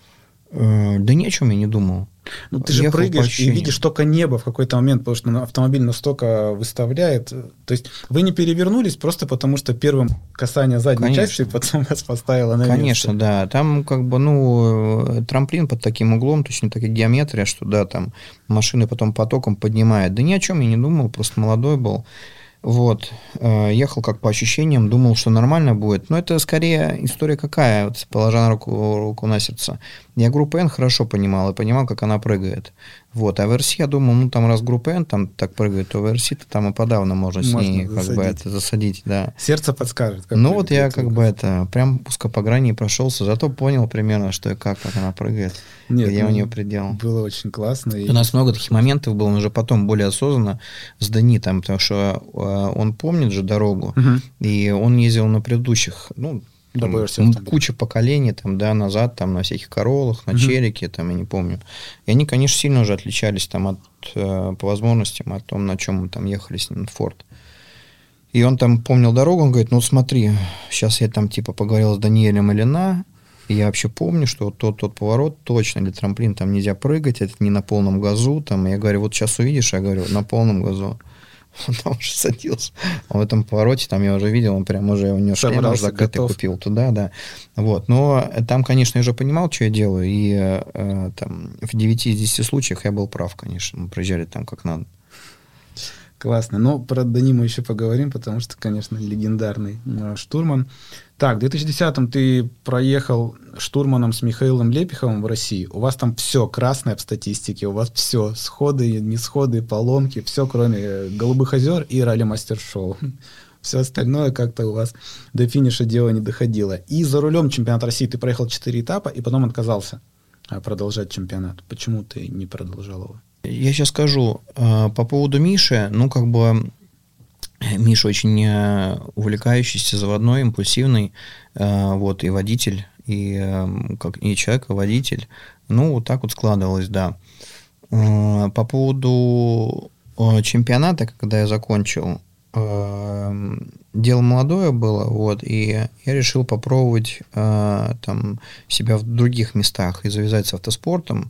Э, да ни о чем я не думал. Ну, ты же Ехал прыгаешь и видишь только небо в какой-то момент, потому что автомобиль настолько выставляет. То есть вы не перевернулись просто потому, что первым касание задней Конечно. части потом вас поставило на Конечно, место. да. Там как бы, ну, трамплин под таким углом, точно такая геометрия, что, да, там машины потом потоком поднимает. Да ни о чем я не думал, просто молодой был. Вот, ехал как по ощущениям, думал, что нормально будет. Но это скорее история какая, вот, положа руку, руку на сердце. Я группу N хорошо понимал и понимал, как она прыгает. Вот, а в эр си я думал, ну там раз группа N там так прыгает, то в эр си-то там и подавно можно, можно с ней засадить. Как бы это засадить, да. Сердце подскажет. Ну вот я как бы это, прям пуска по грани прошелся, зато понял примерно, что и как, как она прыгает, Нет, где ну, у нее предел. Было очень классно. У нас много таких моментов было, но уже потом более осознанно с Дани, там, потому что он помнит же дорогу, угу. и он ездил на предыдущих, ну, там, куча поколений там, да, назад, там, на всяких Короллах, на uh-huh. Челике, там, я не помню. И они, конечно, сильно уже отличались там от, по возможностям, от того, на чем мы там ехали с ним, Форд. И он там помнил дорогу, он говорит, ну, смотри, сейчас я там, типа, поговорил с Даниэлем Ильина, и я вообще помню, что вот тот, тот поворот точно, или трамплин, там нельзя прыгать, это не на полном газу, там, я говорю, вот сейчас увидишь, я говорю, на полном газу. Он там уже садился. Он в этом повороте, там я уже видел, он прям уже у него шлем уже закрытый купил туда, да. Вот. Но там, конечно, я уже понимал, что я делаю, и э, там в девяти из десяти случаях я был прав, конечно. Мы проезжали там как надо. Классно. Но про Дани мы еще поговорим, потому что, конечно, легендарный э, штурман. Так, в две тысячи десятом ты проехал штурманом с Михаилом Лепиховым в России. У вас там все красное в статистике, у вас все, сходы, не сходы, поломки, все, кроме Голубых озер и ралли-мастер-шоу. Все остальное как-то у вас до финиша дело не доходило. И за рулем чемпионата России ты проехал четыре этапа, и потом отказался продолжать чемпионат. Почему ты не продолжал его? Я сейчас скажу. По поводу Миши, ну, как бы... Миша очень увлекающийся, заводной, импульсивный, вот, и водитель, и, как, и человек, и водитель. Ну, вот так вот складывалось, да. По поводу чемпионата, когда я закончил, дело молодое было, вот, и я решил попробовать там себя в других местах и завязать с автоспортом.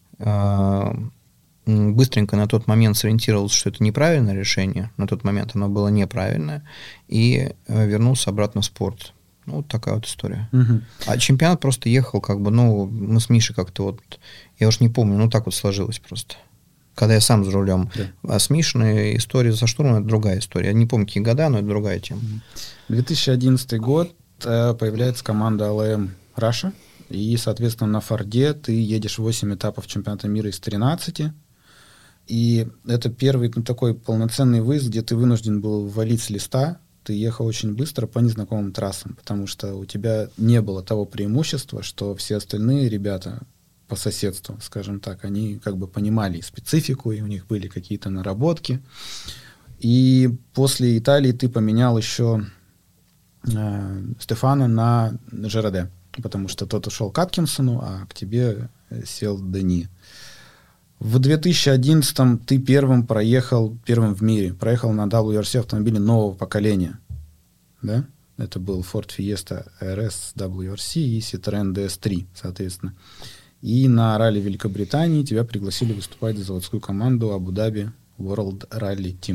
Быстренько на тот момент сориентировался, что это неправильное решение. На тот момент оно было неправильное. И вернулся обратно в спорт. Ну, вот такая вот история. Угу. А чемпионат просто ехал, как бы, ну, мы с Мишей как-то вот, я уж не помню, ну, так вот сложилось просто. Когда я сам за рулем. Да. А с Мишиной история за штурмом — это другая история. Я не помню, какие года, но это другая тема. две тысячи одиннадцатый год, появляется команда эл эм Russia. И, соответственно, на Форде ты едешь восемь этапов чемпионата мира из тринадцати. И это первый ну, такой полноценный выезд, где ты вынужден был валить с листа. Ты ехал очень быстро по незнакомым трассам, потому что у тебя не было того преимущества, что все остальные ребята по соседству, скажем так, они как бы понимали специфику, и у них были какие-то наработки. И после Италии ты поменял еще э, Стефана на Жераде, потому что тот ушел к Аткинсону, а к тебе сел Дани. В две тысячи одиннадцатом ты первым проехал, первым в мире, проехал на дабл ю ар си автомобиле нового поколения. Да? Это был Ford Fiesta эр эс дабл ю ар си и Citroën ди эс три, соответственно. И на ралли Великобритании тебя пригласили выступать за заводскую команду Абу-Даби World Rally Team.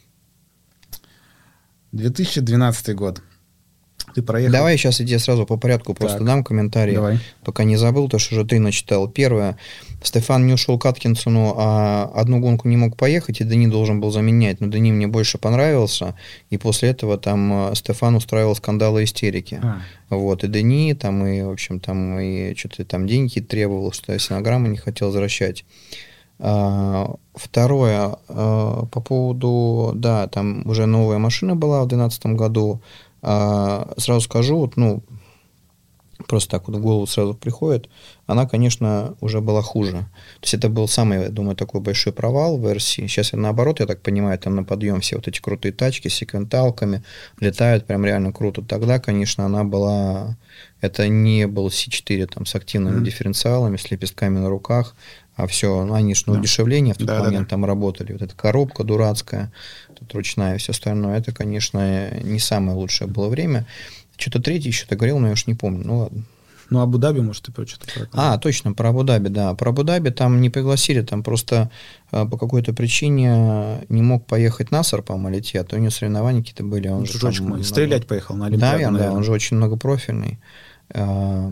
две тысячи двенадцатый год. Ты проехал... Давай сейчас иди сразу по порядку, просто так. дам комментарий. Давай. Пока не забыл, то, что уже ты начитал. Первое. Стефан не ушел к Аткинсону, а одну гонку не мог поехать, и Дани должен был заменять. Но Дани мне больше понравился, и после этого там Стефан устраивал скандалы и истерики. А. Вот, и Дани, там, и, в общем, там, и что-то там деньги требовал, что я синограммы не хотел возвращать. А, второе. А, по поводу, да, там уже новая машина была в две тысячи двенадцатом году. А, сразу скажу, вот, ну, просто так вот в голову сразу приходит, она, конечно, уже была хуже. То есть это был самый, я думаю, такой большой провал в эр си. Сейчас я наоборот, я так понимаю, там на подъем все вот эти крутые тачки с секвенталками летают прям реально круто. Тогда, конечно, она была... Это не был си четыре там, с активными mm-hmm. дифференциалами, с лепестками на руках, а все, ну, они же на удешевление в тот да, момент да, да. там работали. Вот эта коробка дурацкая, тут ручная и все остальное. Это, конечно, не самое лучшее было время. Что-то третье еще ты говорил, но я уж не помню. Ну ладно. Ну, Абу-Даби, может, ты про что-то про А, точно, про Абу-Даби, да. Про Абу-Даби там не пригласили, там просто э, по какой-то причине не мог поехать Насар, по-моему, лететь, а то у него соревнования какие-то были. Он ну, же там, много... стрелять поехал на Олимпиаду, да, наверное. Да, он же очень многопрофильный э,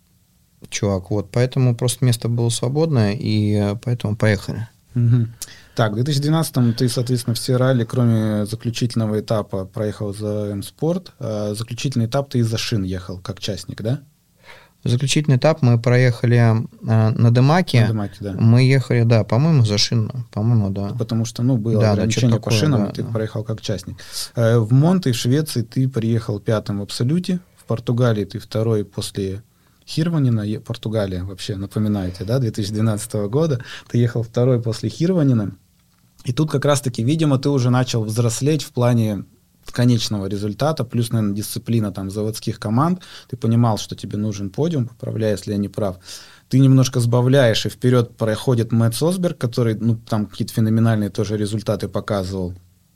чувак, вот, поэтому просто место было свободное, и поэтому поехали. Угу. Так, в две тысячи двенадцатом ты, соответственно, все ралли, кроме заключительного этапа, проехал за М-Спорт. А заключительный этап ты из-за шин ехал, как частник, да? Заключительный этап мы проехали э, на Демаке. На Демаке, да. Мы ехали, да, по-моему, за шин, по-моему, да. Потому что, ну, было да, ограничение да, по такое, шинам, да, и ты да. проехал как частник. Э, в Монте, в Швеции, ты приехал пятым в абсолюте. В Португалии ты второй после Хирванина. Португалия, вообще, напоминаете, да, две тысячи двенадцатого года. Ты ехал второй после Хирванина. И тут как раз-таки, видимо, ты уже начал взрослеть в плане конечного результата, плюс, наверное, дисциплина там заводских команд. Ты понимал, что тебе нужен подиум, поправляй, если я не прав. Ты немножко сбавляешь, и вперед проходит Мэтт Сосберг, который, ну, там какие-то феноменальные тоже результаты показывал.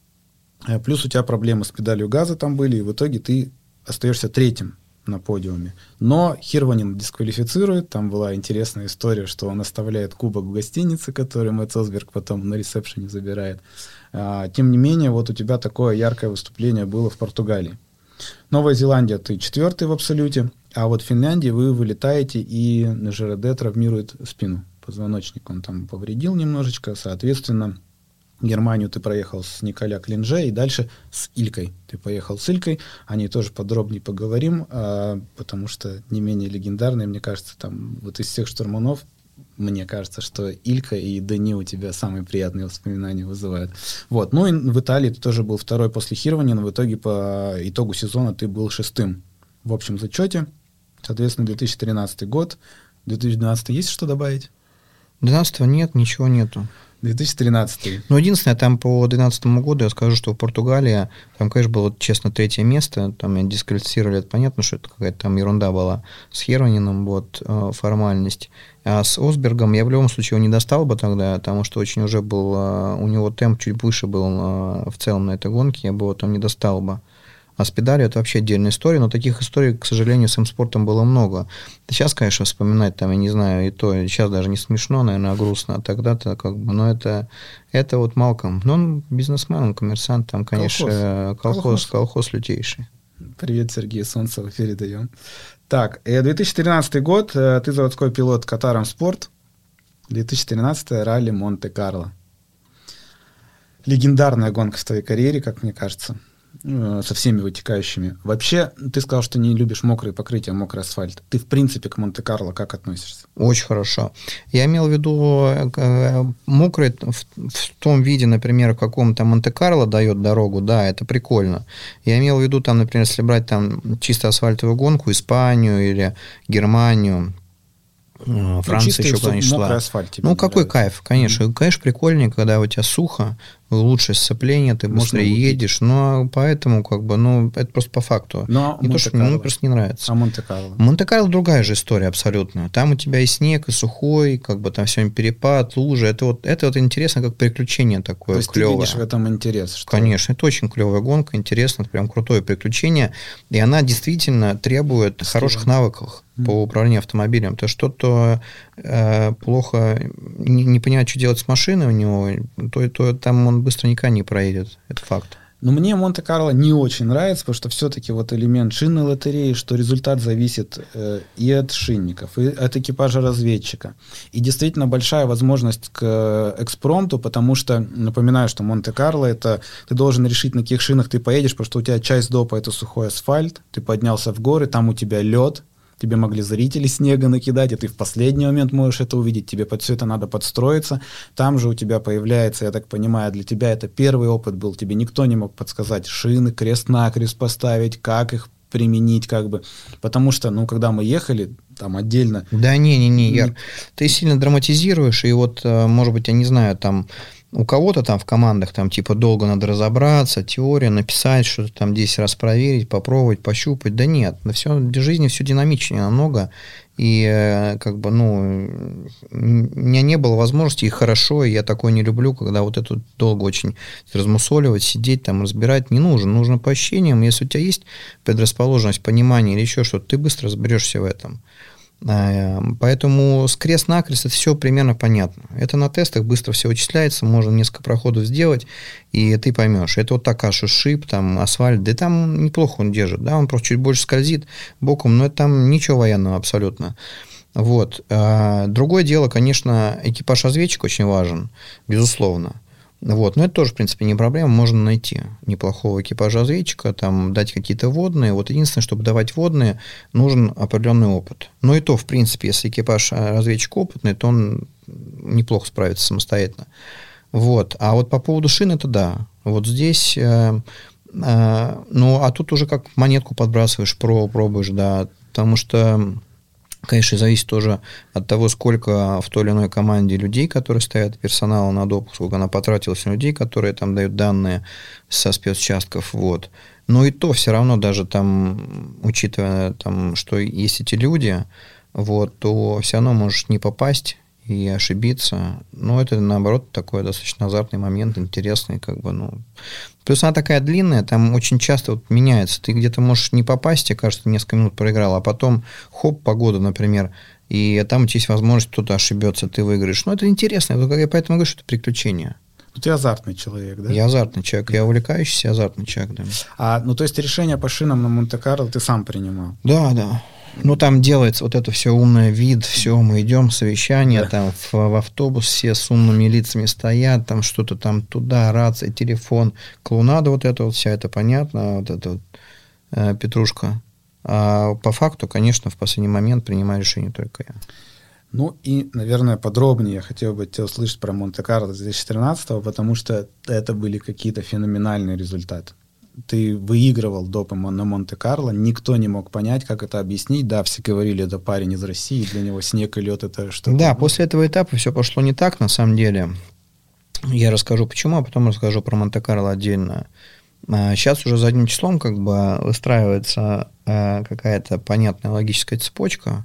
Плюс у тебя проблемы с педалью газа там были, и в итоге ты остаешься третьим на подиуме. Но Хирванин дисквалифицирует. Там была интересная история, что он оставляет кубок в гостинице, который Мэтт Сосберг потом на ресепшене забирает. А, тем не менее, вот у тебя такое яркое выступление было в Португалии. Новая Зеландия, ты четвертый в абсолюте, а вот в Финляндии вы вылетаете, и Нежереде травмирует спину. Позвоночник он там повредил немножечко, соответственно, Германию ты проехал с Николя Клинже, и дальше с Илькой. Ты поехал с Илькой, о ней тоже подробнее поговорим, а, потому что не менее легендарная, мне кажется, там вот из всех штурманов, мне кажется, что Илька и Дани у тебя самые приятные воспоминания вызывают. Вот. Ну и в Италии ты тоже был второй после Хирванина, в итоге по итогу сезона ты был шестым в общем зачете. Соответственно, две тысячи тринадцатый год. две тысячи двенадцатый есть что добавить? двенадцатого нет, ничего нету. две тысячи тринадцатый. Ну, единственное, там по две тысячи двенадцатому году я скажу, что в Португалии, там, конечно, было, честно, третье место, там меня дисквалифицировали, это понятно, что это какая-то там ерунда была с Херванином, вот, формальность. А с Осбергом я в любом случае его не достал бы тогда, потому что очень уже был, у него темп чуть выше был в целом на этой гонке, я бы его там не достал бы. А с педалью это вообще отдельная история, но таких историй, к сожалению, с М-спортом было много. Сейчас, конечно, вспоминать, там, я не знаю, и то, сейчас даже не смешно, наверное, а грустно, а тогда-то как бы, но это, это вот Малком. Ну, он бизнесмен, он коммерсант, там, конечно, колхоз, колхоз, колхоз лютейший. Привет, Сергей Солнцев, передаем. Так, две тысячи тринадцатый год, ты заводской пилот Катар М-спорт, две тысячи тринадцатый ралли Монте-Карло. Легендарная гонка в твоей карьере, как мне кажется, со всеми вытекающими. Вообще, ты сказал, что не любишь мокрые покрытия, мокрый асфальт. Ты, в принципе, к Монте-Карло как относишься? Очень хорошо. Я имел в виду мокрый в, в том виде, например, в каком там Монте-Карло дает дорогу, да, это прикольно. Я имел в виду, там, например, если брать там чисто асфальтовую гонку, Испанию или Германию, Франция, ну, еще куда-нибудь шла. Асфальт, ну, какой нравится. Кайф, конечно. Mm-hmm. Конечно, прикольнее, когда у тебя сухо, лучше сцепление, ты быстрее Можно едешь, но поэтому, как бы, ну, это просто по факту. Но не то, что ну, просто не нравится. А Монте-Карло? Монте-Карло другая же история абсолютно. Там у тебя и снег, и сухой, как бы там сегодня перепад, лужи. Это вот, это вот интересно, как приключение такое. То есть клевое. Ты видишь в этом интерес? Что Конечно, это очень клевая гонка, интересно, это прям крутое приключение. И она действительно требует Стива. хороших навыков mm. по управлению автомобилем. То что то э, плохо не, не понимает, что делать с машиной у него, то, то там он быстро никогда не проедет. Это факт. Но мне Монте-Карло не очень нравится, потому что все-таки вот элемент шинной лотереи, что результат зависит э, и от шинников, и от экипажа разведчика. И действительно большая возможность к экспромту, потому что, напоминаю, что Монте-Карло это ты должен решить, на каких шинах ты поедешь, потому что у тебя часть допа это сухой асфальт, ты поднялся в горы, там у тебя лед, тебе могли зрители снега накидать, и ты в последний момент можешь это увидеть, тебе под все это надо подстроиться. Там же у тебя появляется, я так понимаю, для тебя это первый опыт был, тебе никто не мог подсказать шины, крест-накрест поставить, как их применить, как бы. Потому что, ну, когда мы ехали, там отдельно... Да не-не-не, Яр, ты сильно драматизируешь, и вот, может быть, я не знаю, там... У кого-то там в командах там типа долго надо разобраться, теория, написать, что-то там десять раз проверить, попробовать, пощупать. Да нет, на все, в жизни все динамичнее намного. и э, как бы, ну, у меня не было возможности, и хорошо, и я такое не люблю, когда вот это долго очень размусоливать, сидеть там, разбирать, не нужно. Нужно по ощущениям, если у тебя есть предрасположенность, понимание или еще что-то, ты быстро разберешься в этом. Поэтому с крест-накрест это все примерно понятно. Это на тестах быстро все вычисляется, можно несколько проходов сделать, и ты поймешь. Это вот так шип, там, асфальт, да там неплохо он держит, да, он просто чуть больше скользит боком, но это там ничего военного абсолютно. Вот. Другое дело, конечно, экипаж разведчик очень важен, безусловно. Вот. Но это тоже, в принципе, не проблема, можно найти неплохого экипажа разведчика, там, дать какие-то водные. Вот единственное, чтобы давать водные, нужен определенный опыт. Но и то, в принципе, если экипаж разведчик опытный, то он неплохо справится самостоятельно. Вот. А вот по поводу шин, это да. Вот здесь, э, э, ну, а тут уже как монетку подбрасываешь, про, пробуешь, да, потому что... Конечно, зависит тоже от того, сколько в той или иной команде людей, которые стоят, персонала на допуск, сколько она потратилась на людей, которые там дают данные со спецучастков. Вот. Но и то все равно, даже там, учитывая, там, что есть эти люди, вот, то все равно можешь не попасть и ошибиться. Но это, наоборот, такой достаточно азартный момент, интересный, как бы, ну... Плюс она такая длинная, там очень часто вот меняется. Ты где-то можешь не попасть, тебе кажется, несколько минут проиграл, а потом, хоп, погода, например, и там у тебя есть возможность, кто-то ошибется, ты выиграешь. Но это интересно, я поэтому говорю, что это приключение. Ты азартный человек, да? Я азартный человек, я увлекающийся азартный человек, да. А, ну, то есть решение по шинам на Монте-Карло ты сам принимал? Да, да. Ну, там делается вот это все умное, вид, все, мы идем, совещание, да. Там в, в автобус все с умными лицами стоят, там что-то там туда, рация, телефон, клоунада вот это вот вся, это понятно, вот это вот э, петрушка. А по факту, конечно, в последний момент принимаю решение только я. Ну и, наверное, подробнее я хотел бы тебя услышать про Монте-Карло две тысячи тринадцатого, потому что это были какие-то феноменальные результаты. Ты выигрывал доп. На Монте-Карло, никто не мог понять, как это объяснить. Да, все говорили, это парень из России, для него снег и лед это что-то. Да, после этого этапа все пошло не так, на самом деле. Я расскажу почему, а потом расскажу про Монте-Карло отдельно. Сейчас уже задним числом как бы выстраивается какая-то понятная логическая цепочка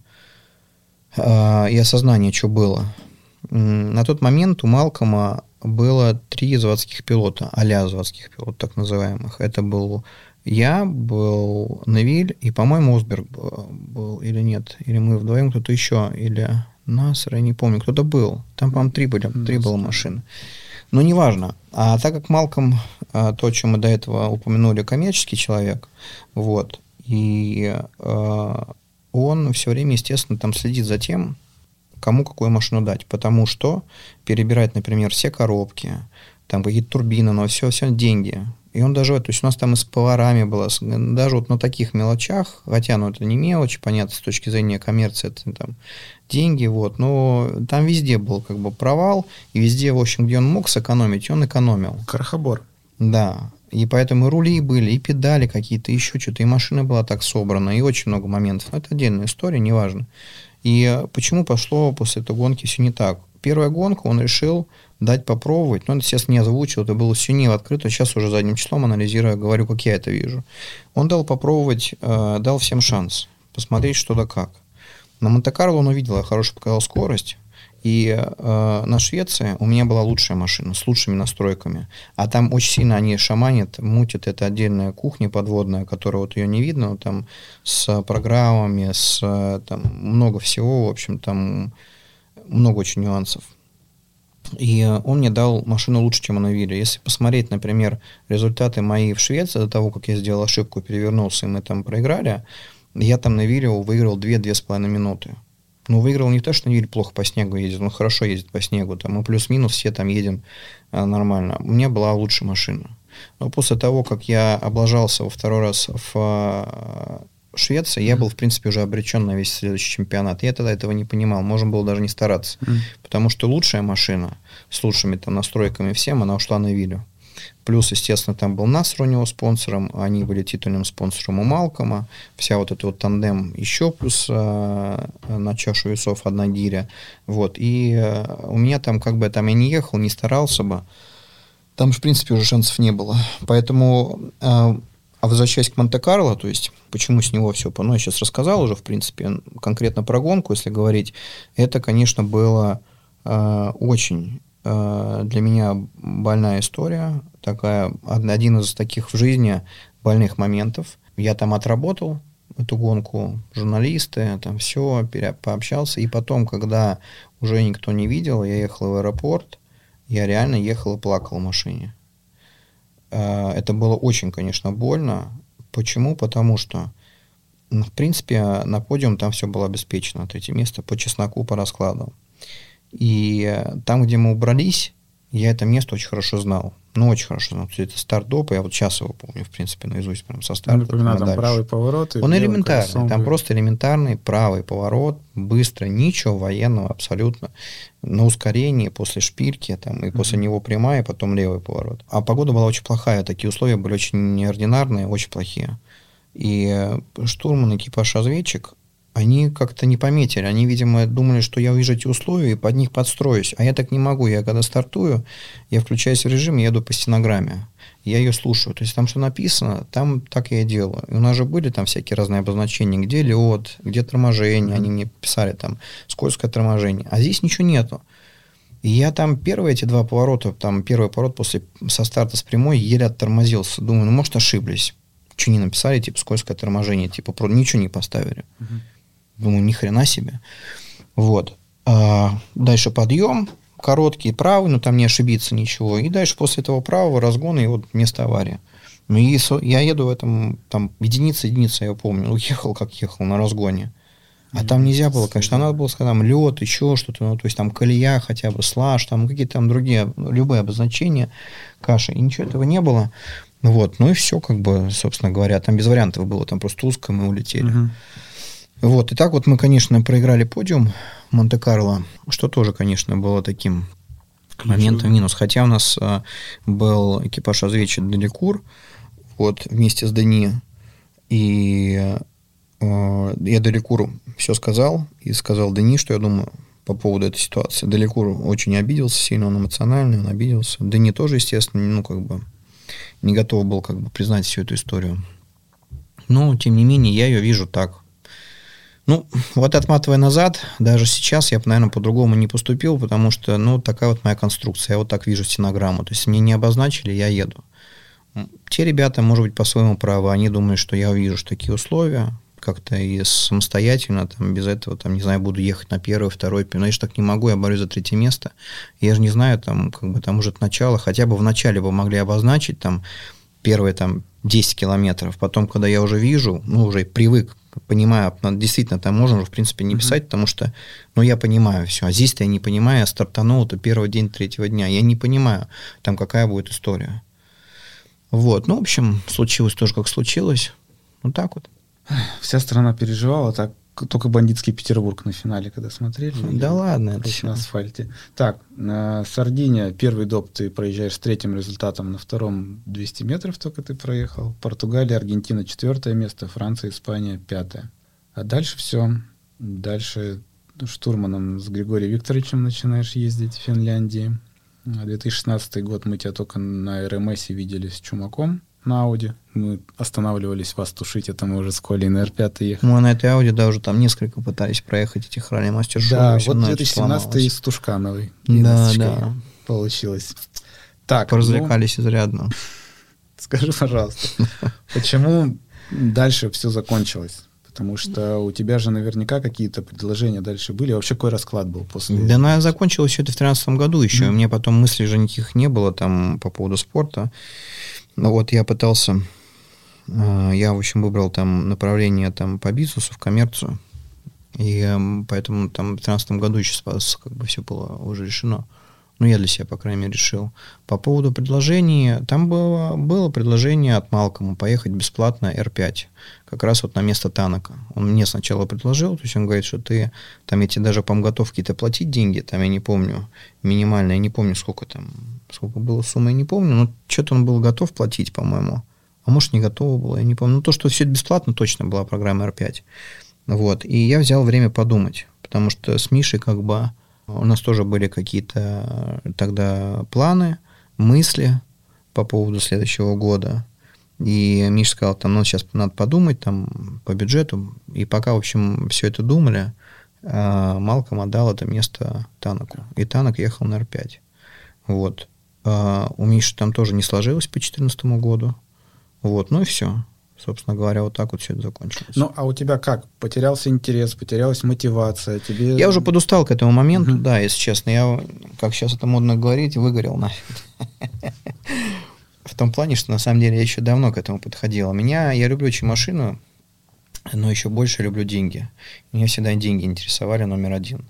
и осознание, что было. На тот момент у Малкома было три заводских пилота, а-ля заводских пилотов, так называемых. Это был я, был Невиль и, по-моему, Осберг был, был или нет. Или мы вдвоем, кто-то еще, или Насер, я не помню, кто-то был. Там, по-моему, три, были, три было машины. Но неважно. А так как Малком, то, о чем мы до этого упомянули, коммерческий человек, вот, и э, он все время, естественно, там следит за тем, кому какую машину дать, потому что перебирать, например, все коробки, там какие-то турбины, но все, все деньги. И он даже, то есть у нас там и с поварами было, даже вот на таких мелочах, хотя, ну, это не мелочи, понятно, с точки зрения коммерции, это там деньги, вот, но там везде был как бы провал, и везде, в общем, где он мог сэкономить, он экономил. Крохобор. Да, и поэтому и рули были, и педали какие-то, еще что-то, и машина была так собрана, и очень много моментов. Но это отдельная история, неважно. И почему пошло после этой гонки все не так? Первая гонка он решил дать попробовать, но он, естественно, не озвучил, это было все не в открыто, сейчас уже задним числом анализируя, говорю, как я это вижу. Он дал попробовать, э, дал всем шанс посмотреть, что да как. На Монте-Карло он увидел, я хорошо показал скорость, и э, на Швеции у меня была лучшая машина с лучшими настройками, а там очень сильно они шаманят, мутят, это отдельная кухня подводная, которая вот ее не видно, но там с программами, с там много всего, в общем, там много очень нюансов. И он мне дал машину лучше, чем на Невиле. Если посмотреть, например, результаты мои в Швеции, до того, как я сделал ошибку, перевернулся, и мы там проиграли, я там на Невиле выиграл две-две с половиной минуты. Ну, выиграл не то, что Невиль плохо по снегу ездит, он хорошо ездит по снегу, там мы плюс-минус все там едем а, нормально. У меня была лучшая машина. Но после того, как я облажался во второй раз в а, Швеции, mm-hmm. я был, в принципе, уже обречен на весь следующий чемпионат. Я тогда этого не понимал, можно было даже не стараться. Mm-hmm. Потому что лучшая машина с лучшими там настройками всем, она ушла на Невилю. Плюс, естественно, там был Насер у него спонсором, они были титульным спонсором у Малкома, вся вот эта вот тандем еще плюс э, на чашу весов одна гиря. Вот. И э, у меня там, как бы там я не ехал, не старался бы, там, в принципе, уже шансов не было. Поэтому э, А возвращаясь к Монте-Карло, то есть почему с него все, ну, я сейчас рассказал уже, в принципе, конкретно про гонку, если говорить, это, конечно, было э, очень э, для меня больная история, такая, один из таких в жизни больных моментов. Я там отработал эту гонку, журналисты, там все, пообщался, и потом, когда уже никто не видел, я ехал в аэропорт, я реально ехал и плакал в машине. Это было очень, конечно, больно. Почему? Потому что, ну, в принципе, на подиум там все было обеспечено. Третье место по чесноку, по раскладу. И там, где мы убрались, я это место очень хорошо знал. Ну, очень хорошо знал. Это старт допа, я вот сейчас его помню, в принципе, наизусть, прям со старта. Напоминаю, там правый поворот. Он элементарный, там просто элементарный правый поворот, быстро, ничего военного абсолютно. На ускорении, после шпильки, там, и mm-hmm. после него прямая, и потом левый поворот. А погода была очень плохая, такие условия были очень неординарные, очень плохие. И штурман, экипаж-разведчик, они как-то не пометили. Они, видимо, думали, что я увижу эти условия и под них подстроюсь. А я так не могу. Я когда стартую, я включаюсь в режим и еду по стенограмме. Я ее слушаю. То есть там что написано, там так я и делаю. И у нас же были там всякие разные обозначения, где лед, где торможение. Mm-hmm. Они мне писали там скользкое торможение. А здесь ничего нету. И я там первые эти два поворота, там первый поворот после, со старта с прямой еле оттормозился. Думаю, ну, может, ошиблись. Что не написали, типа, скользкое торможение. Типа, про ничего не поставили. Mm-hmm. Думаю, ни хрена себе. Вот. А дальше подъем, короткий, правый, но там не ошибиться ничего. И дальше после этого правого разгона и вот место аварии. Ну, и я еду в этом, там, единица, единица, я помню. Уехал, как ехал, на разгоне. А mm-hmm. там нельзя было, конечно, надо было сказать, там, лед, еще что-то, ну, то есть там колея хотя бы, слаж, там какие-то там другие, любые обозначения, каши. И ничего этого не было. Вот. Ну и все, как бы, собственно говоря, там без вариантов было, там просто узко мы улетели. Mm-hmm. Вот, и так вот мы, конечно, проиграли подиум Монте-Карло, что тоже, конечно, было таким моментом минус. Хотя у нас а, был экипаж-разведчик Деликур, вот, вместе с Дени, и а, я Деликуру все сказал, и сказал Дени, что я думаю по поводу этой ситуации. Деликур очень обиделся сильно, он эмоциональный, он обиделся. Дени тоже, естественно, ну, как бы, не готов был, как бы, признать всю эту историю. Но, тем не менее, я ее вижу так. Ну, вот отматывая назад, даже сейчас я бы, наверное, по-другому не поступил, потому что, ну, такая вот моя конструкция. Я вот так вижу стенограмму. То есть мне не обозначили, я еду. Те ребята, может быть, по своему праву, они думают, что я увижу такие условия, как-то и самостоятельно, там, без этого, там, не знаю, буду ехать на первый, второй, но я же так не могу, я борюсь за третье место. Я же не знаю, там, как бы, там уже от начала, хотя бы в начале бы могли обозначить, там, первые, там, десять километров, потом, когда я уже вижу, ну, уже привык, понимаю, действительно, там можно, в принципе, не писать, mm-hmm. потому что, ну, я понимаю все, а здесь-то я не понимаю, я стартанул, это первый день третьего дня, я не понимаю, там, какая будет история. Вот, ну, в общем, случилось тоже, как случилось, вот так вот. Вся страна переживала, так, только бандитский Петербург на финале, когда смотрели. Да ладно. Это на асфальте. Так, на Сардиния, первый доп ты проезжаешь с третьим результатом, на втором двести метров только ты проехал. Португалия, Аргентина четвертое место, Франция, Испания пятое. А дальше все. Дальше штурманом с Григорием Викторовичем начинаешь ездить в Финляндии. две тысячи шестнадцатый год мы тебя только на эр эм эс видели с Чумаком на Ауди. Мы останавливались вас тушить, это мы уже с Колей на эр пять ехали. Мы на этой Ауди, да, уже там несколько пытались проехать этих ралли мастер-шоу. Да, вот две тысячи семнадцатый с Тушкановой. Да, да. Получилось. Так, поразвлекались ну, изрядно. Скажи, пожалуйста, почему дальше все закончилось? Потому что у тебя же наверняка какие-то предложения дальше были. А вообще какой расклад был после? Да, ну, я закончил все это в тринадцатом году еще. Mm-hmm. У меня потом мыслей же никаких не было там по поводу спорта. Ну вот я пытался, я, в общем, выбрал там направление там, по бизнесу, в коммерцию, и поэтому там в тринадцатом году еще как бы все было уже решено. Ну, я для себя, по крайней мере, решил. По поводу предложений, там было, было предложение от Малкома поехать бесплатно эр пять, как раз вот на место Танака. Он мне сначала предложил, то есть он говорит, что ты, там я тебе даже, по-моему, готов какие-то платить деньги, там я не помню, минимально, я не помню, сколько там, сколько было суммы, я не помню, но что-то он был готов платить, по-моему. А может, не готово было, я не помню. Ну, то, что все это бесплатно, точно была программа эр пять. Вот, и я взял время подумать, потому что с Мишей как бы... У нас тоже были какие-то тогда планы, мысли по поводу следующего года. И Миша сказал, там, ну, сейчас надо подумать там по бюджету. И пока, в общем, все это думали, Малком отдал это место Танаку. И Танак ехал на эр пять. Вот. У Миши там тоже не сложилось по две тысячи четырнадцатому году. Вот, ну и все. Собственно говоря, вот так вот все это закончилось. Ну, а у тебя как? Потерялся интерес, потерялась мотивация? Тебе... Я уже подустал к этому моменту, uh-huh. да, если честно. Я, как сейчас это модно говорить, выгорел нафиг. В том плане, что на самом деле я еще давно к этому подходил. Меня, я люблю очень машину, но еще больше люблю деньги. Меня всегда деньги интересовали номер один.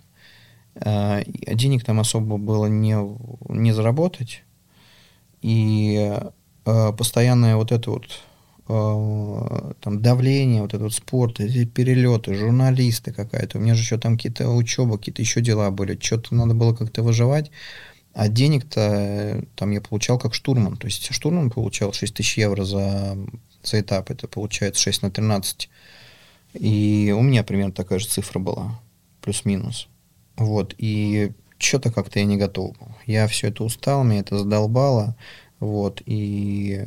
Денег там особо было не, не заработать. И постоянное вот это вот там давление, вот этот вот спорт, эти перелеты, журналисты какая-то. У меня же еще там какие-то учебы, какие-то еще дела были. Что-то надо было как-то выживать. А денег-то там я получал как штурман. То есть штурман получал шесть тысяч евро за, за этап. Это получается шесть на тринадцать. И у меня примерно такая же цифра была. Плюс-минус. Вот. И что-то как-то я не готов был. Я все это устал, меня это задолбало. Вот. И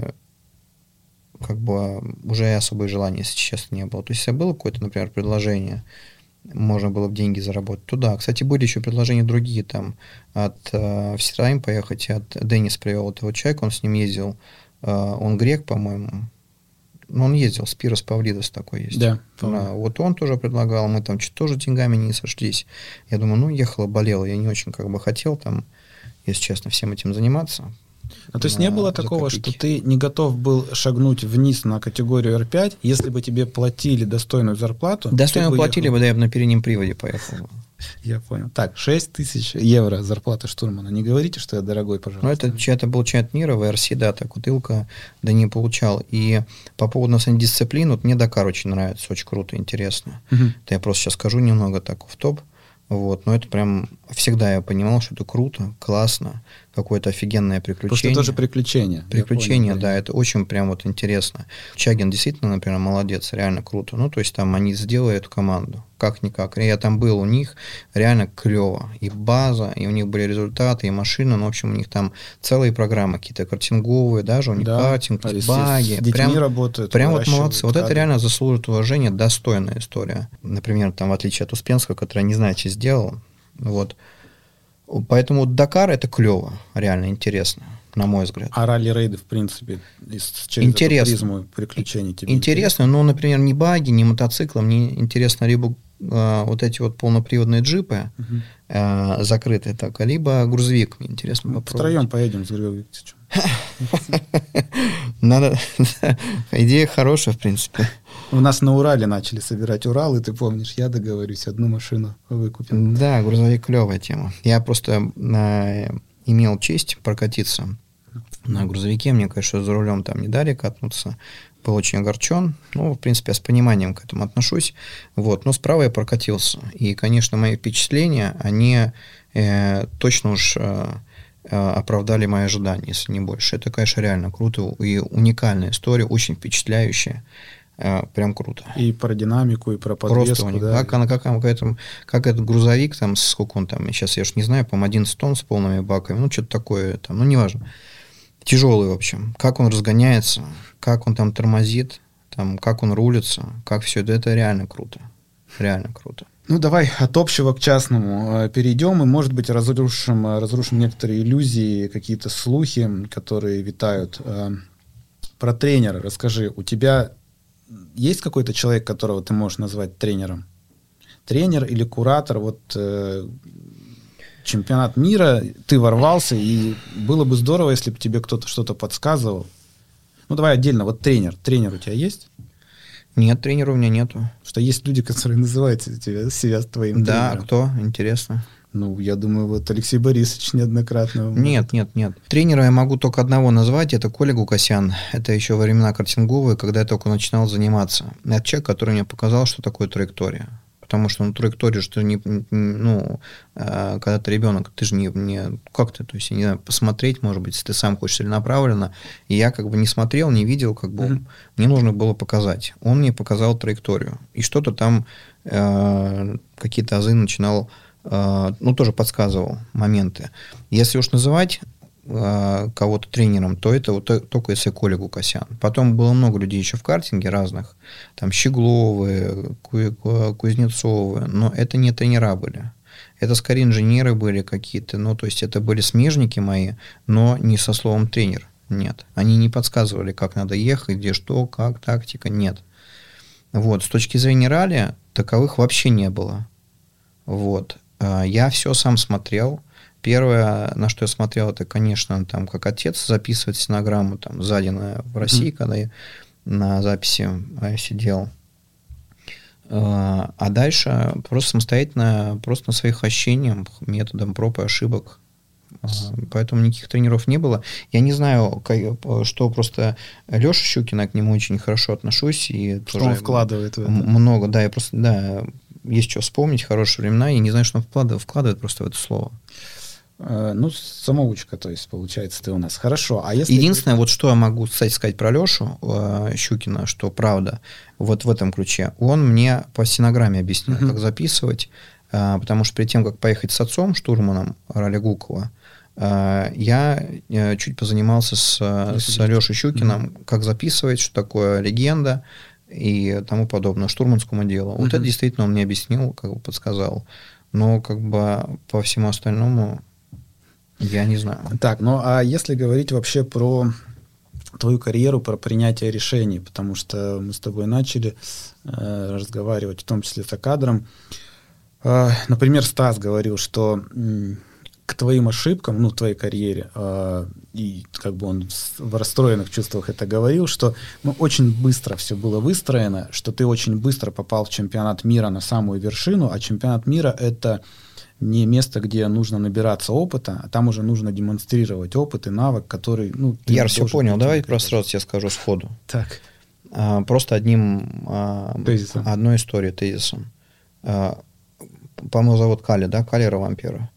как бы уже особое желание, если честно, не было. То есть, если было какое-то, например, предложение, можно было бы деньги заработать, то да. Кстати, были еще предложения другие, там, от э, в Сирайм поехать, от Денис привел этого человека, он с ним ездил, э, он грек, по-моему, но он ездил, Спирос Павлидос такой есть. Да. Да, вот он тоже предлагал, мы там что-то тоже деньгами не сошлись. Я думаю, ну, ехала, болела, я не очень как бы хотел там, если честно, всем этим заниматься. А то есть не было такого, что ты не готов был шагнуть вниз на категорию эр пять, если бы тебе платили достойную зарплату? Достойно платили ехал... бы, да, я бы на переднем приводе поехал. Я понял. Так, шесть тысяч евро зарплата штурмана. Не говорите, что я дорогой, пожалуйста. Ну, это чья-то был чемпионат мира, вэ эр си, да, так бутылка, да не получал. И по поводу, на самом деле, дисциплин, вот мне Дакар очень нравится, очень круто, интересно. Угу. Это я просто сейчас скажу немного так в топ. Вот, но это прям всегда я понимал, что это круто, классно, какое-то офигенное приключение. Просто это тоже приключение. Приключение, понял, да, это очень прям вот интересно. Чагин действительно, например, молодец, реально круто. Ну, то есть там они сделали эту команду, как-никак. Я там был у них, реально клево. И база, и у них были результаты, и машина, ну, в общем, у них там целые программы какие-то картинговые, даже у них да, картинг, а баги. С детьми прям, работают. Прям вот молодцы. Вот это реально заслужит уважения, достойная история. Например, там, в отличие от Успенского, который не знаю, что сделал, вот. Поэтому Дакар это клево, реально интересно, на мой взгляд. А ралли-рейды, в принципе, через интересно. Эту призму приключений тебе интересно, но, например, ни баги, ни мотоциклы. Мне интересно либо э, вот эти вот полноприводные джипы, uh-huh. э, закрытые так, либо грузовик. Мне интересно Мы попробовать. Втроем поедем с Григорием Викторовичем. Надо. Идея хорошая, в принципе. У нас на Урале начали собирать Урал, и ты помнишь, я договорюсь, одну машину выкупим. Да, грузовик клевая тема. Я просто э, имел честь прокатиться на грузовике. Мне, конечно, за рулем там не дали катнуться. Был очень огорчен. Ну, в принципе, я с пониманием к этому отношусь. Вот. Но справа я прокатился. И, конечно, мои впечатления, они э, точно уж... Э, оправдали мои ожидания, если не больше. Это, конечно, реально круто и уникальная история, очень впечатляющая. Прям круто. И про динамику, и про подвеску. Просто да. как, как, как, как, как этот грузовик, там, сколько он там, сейчас я уж не знаю, по-моему, одиннадцать тонн с полными баками, ну, что-то такое, там, ну, неважно. Тяжелый, в общем. Как он разгоняется, как он там тормозит, там, как он рулится, как все это, это реально круто. Реально круто. Ну, давай от общего к частному перейдем и, может быть, разрушим, разрушим некоторые иллюзии, какие-то слухи, которые витают. Про тренера расскажи. У тебя есть какой-то человек, которого ты можешь назвать тренером? Тренер или куратор? Вот э, чемпионат мира, ты ворвался, и было бы здорово, если бы тебе кто-то что-то подсказывал. Ну, давай отдельно. Вот тренер. Тренер у тебя есть? Нет, тренера у меня нету. Что есть люди, которые называют себя, себя твоим да, тренером. Да, кто? Интересно. Ну, я думаю, вот Алексей Борисович неоднократно... Нет, может... нет, нет. Тренера я могу только одного назвать, это Коля Гукасян. Это еще во времена картинговые, когда я только начинал заниматься. Это человек, который мне показал, что такое траектория. Потому что, ну, траекторию, что не, ну, э, когда ты ребенок, ты же не, не как-то, то есть, я не знаю, посмотреть, может быть, если ты сам хочешь целенаправленно. И я как бы не смотрел, не видел, как бы, mm-hmm. мне нужно было показать. Он мне показал траекторию. И что-то там, э, какие-то азы начинал, э, ну, тоже подсказывал моменты. Если уж называть, э, кого-то тренером, то это вот только если Коля Гукасян. Потом было много людей еще в картинге разных, там Щегловы, Кузнецовы, но это не тренера были. Это скорее инженеры были какие-то, ну, то есть это были смежники мои, но не со словом тренер, нет. Они не подсказывали, как надо ехать, где что, как, тактика, нет. Вот, с точки зрения ралли, таковых вообще не было. Вот. Я все сам смотрел. Первое, на что я смотрел, это, конечно, там, как отец записывает стенограмму там, сзади на, в России, mm-hmm. когда я на записи я сидел. А дальше просто самостоятельно, просто на своих ощущениях, методом проб и ошибок. Поэтому никаких тренеров не было. Я не знаю, что просто Леша Щукин, я к нему очень хорошо отношусь. И что тоже он вкладывает в это? Много, да, я просто, да, есть что вспомнить, хорошие времена, и не знаю, что он вкладывает, вкладывает просто в это слово. Ну, самоучка, то есть, получается, ты у нас. Хорошо. А если... Единственное, вот что я могу, кстати, сказать про Лешу э, Щукина, что правда, вот в этом ключе, он мне по стенограмме объяснил, uh-huh. как записывать, э, потому что перед тем, как поехать с отцом, штурманом Ралли Гукова, э, я э, чуть позанимался с, с Лешей Щукиным, uh-huh. как записывать, что такое легенда и тому подобное, штурманскому делу. Uh-huh. Вот это действительно он мне объяснил, как бы подсказал. Но как бы по всему остальному... Я не знаю. Так, ну а если говорить вообще про твою карьеру, про принятие решений, потому что мы с тобой начали э, разговаривать, в том числе за кадром. Э, например, Стас говорил, что э, к твоим ошибкам, ну, в твоей карьере, э, и как бы он в расстроенных чувствах это говорил, что ну, очень быстро все было выстроено, что ты очень быстро попал в чемпионат мира на самую вершину, а чемпионат мира — это не место, где нужно набираться опыта, а там уже нужно демонстрировать опыт и навык, который... Ну, я все понял, давай просто сразу тебе скажу сходу. Так. А, просто одним... А, тезисом. Одной историей, тезисом. А, по-моему, зовут Кали, да? Калера Вампира.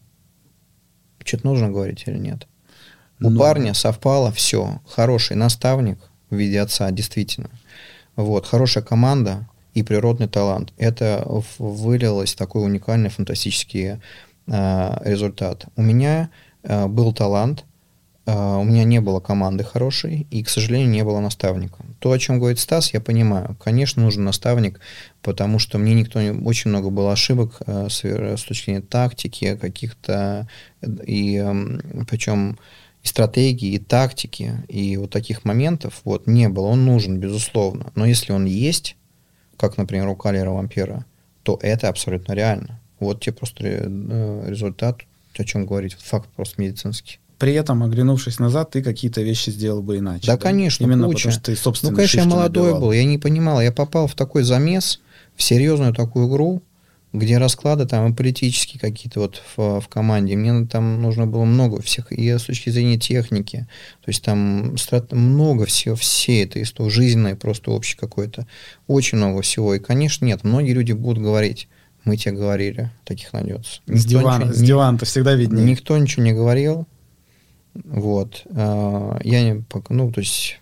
Что-то нужно говорить или нет? У ну, парня совпало все. Хороший наставник в виде отца, действительно. Вот, хорошая команда и природный талант. Это вылилось в такой уникальный, фантастический э, результат. У меня э, был талант, э, у меня не было команды хорошей, и, к сожалению, не было наставника. То, о чем говорит Стас, я понимаю. Конечно, нужен наставник, потому что мне никто не... Очень много было ошибок э, с, с точки зрения тактики, каких-то... И, э, причем и стратегии, и тактики, и вот таких моментов вот не было. Он нужен, безусловно. Но если он есть, как, например, у Калера Вампира, то это абсолютно реально. Вот тебе просто результат, о чем говорить, факт просто медицинский. При этом, оглянувшись назад, ты какие-то вещи сделал бы иначе. Да, да? Конечно, именно куча. Потому что ты, собственно, ну, конечно, я молодой набивал. был, я не понимал, я попал в такой замес, в серьезную такую игру, где расклады там и политические какие-то вот в, в команде. Мне там нужно было много всех, и с точки зрения техники, то есть там много всего, все это истории, жизненное, просто общее какое-то, очень много всего. И, конечно, нет, многие люди будут говорить, мы тебе говорили, таких найдется. С дивана, ничего, с дивана-то всегда виднее. Никто ничего не говорил. Вот. Я не, ну, то есть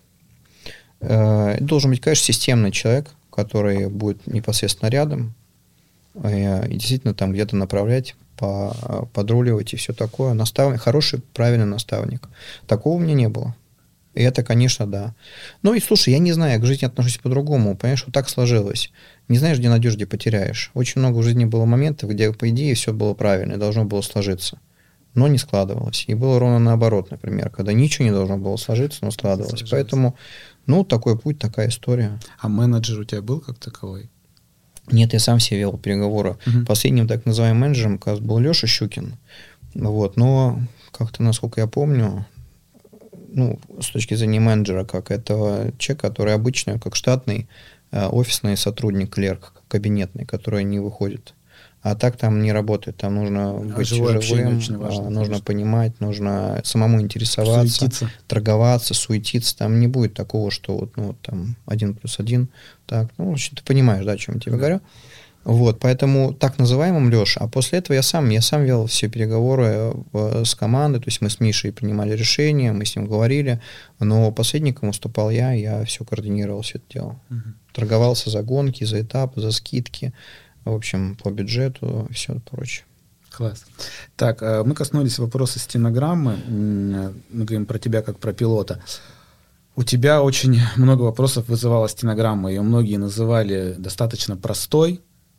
должен быть, конечно, системный человек, который будет непосредственно рядом, и действительно там где-то направлять, по, подруливать и все такое. Наставник, хороший, правильный наставник. Такого у меня не было. И это, конечно, да. Ну и слушай, я не знаю, я к жизни отношусь по-другому. Понимаешь, вот так сложилось. Не знаешь, где найдешь, где потеряешь. Очень много в жизни было моментов, где, по идее, все было правильно, и должно было сложиться. Но не складывалось. И было ровно наоборот, например, когда ничего не должно было сложиться, но складывалось. Сложилось. Поэтому, ну, такой путь, такая история. А менеджер у тебя был как таковой? Нет, я сам себе вел переговоры. Uh-huh. Последним так называемым менеджером, как раз, был Леша Щукин. Вот, но как-то, насколько я помню, ну, с точки зрения менеджера, как этого человека, который обычно, как штатный э, офисный сотрудник, клерк, кабинетный, который не выходит. А так там не работает, там нужно быть живым, важно, нужно конечно. Понимать, нужно самому интересоваться, суетиться. Торговаться, суетиться. Там не будет такого, что вот, ну, вот там один плюс один. Так, ну, в общем, ты понимаешь, да, о чем я тебе да. говорю. Вот, поэтому так называемым Леша. А после этого я сам, я сам вел все переговоры э, с командой, то есть мы с Мишей принимали решения, мы с ним говорили, но посредником выступал я, я все координировал, все это дело. Угу. Торговался за гонки, за этапы, за скидки. В общем, по бюджету и все прочее. Класс. Так, мы коснулись вопроса стенограммы. Мы говорим про тебя как про пилота. У тебя очень много вопросов вызывала стенограмма. Ее многие называли достаточно простой.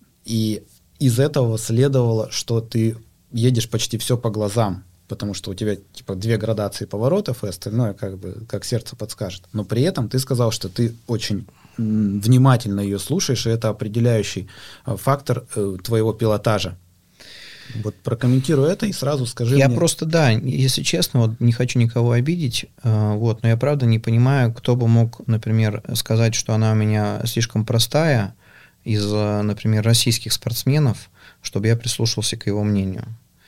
И из этого следовало, что ты едешь почти все по глазам. Потому что у тебя типа две градации поворотов, и остальное как бы как сердце подскажет. Но при этом ты сказал, что ты очень внимательно ее слушаешь, и это определяющий фактор твоего пилотажа. Вот прокомментируй это и сразу скажи я мне. Я просто, да, если честно, вот не хочу никого обидеть, вот, но я правда не понимаю, кто бы мог, например, сказать, что она у меня слишком простая из, например, российских спортсменов, чтобы я прислушался к его мнению.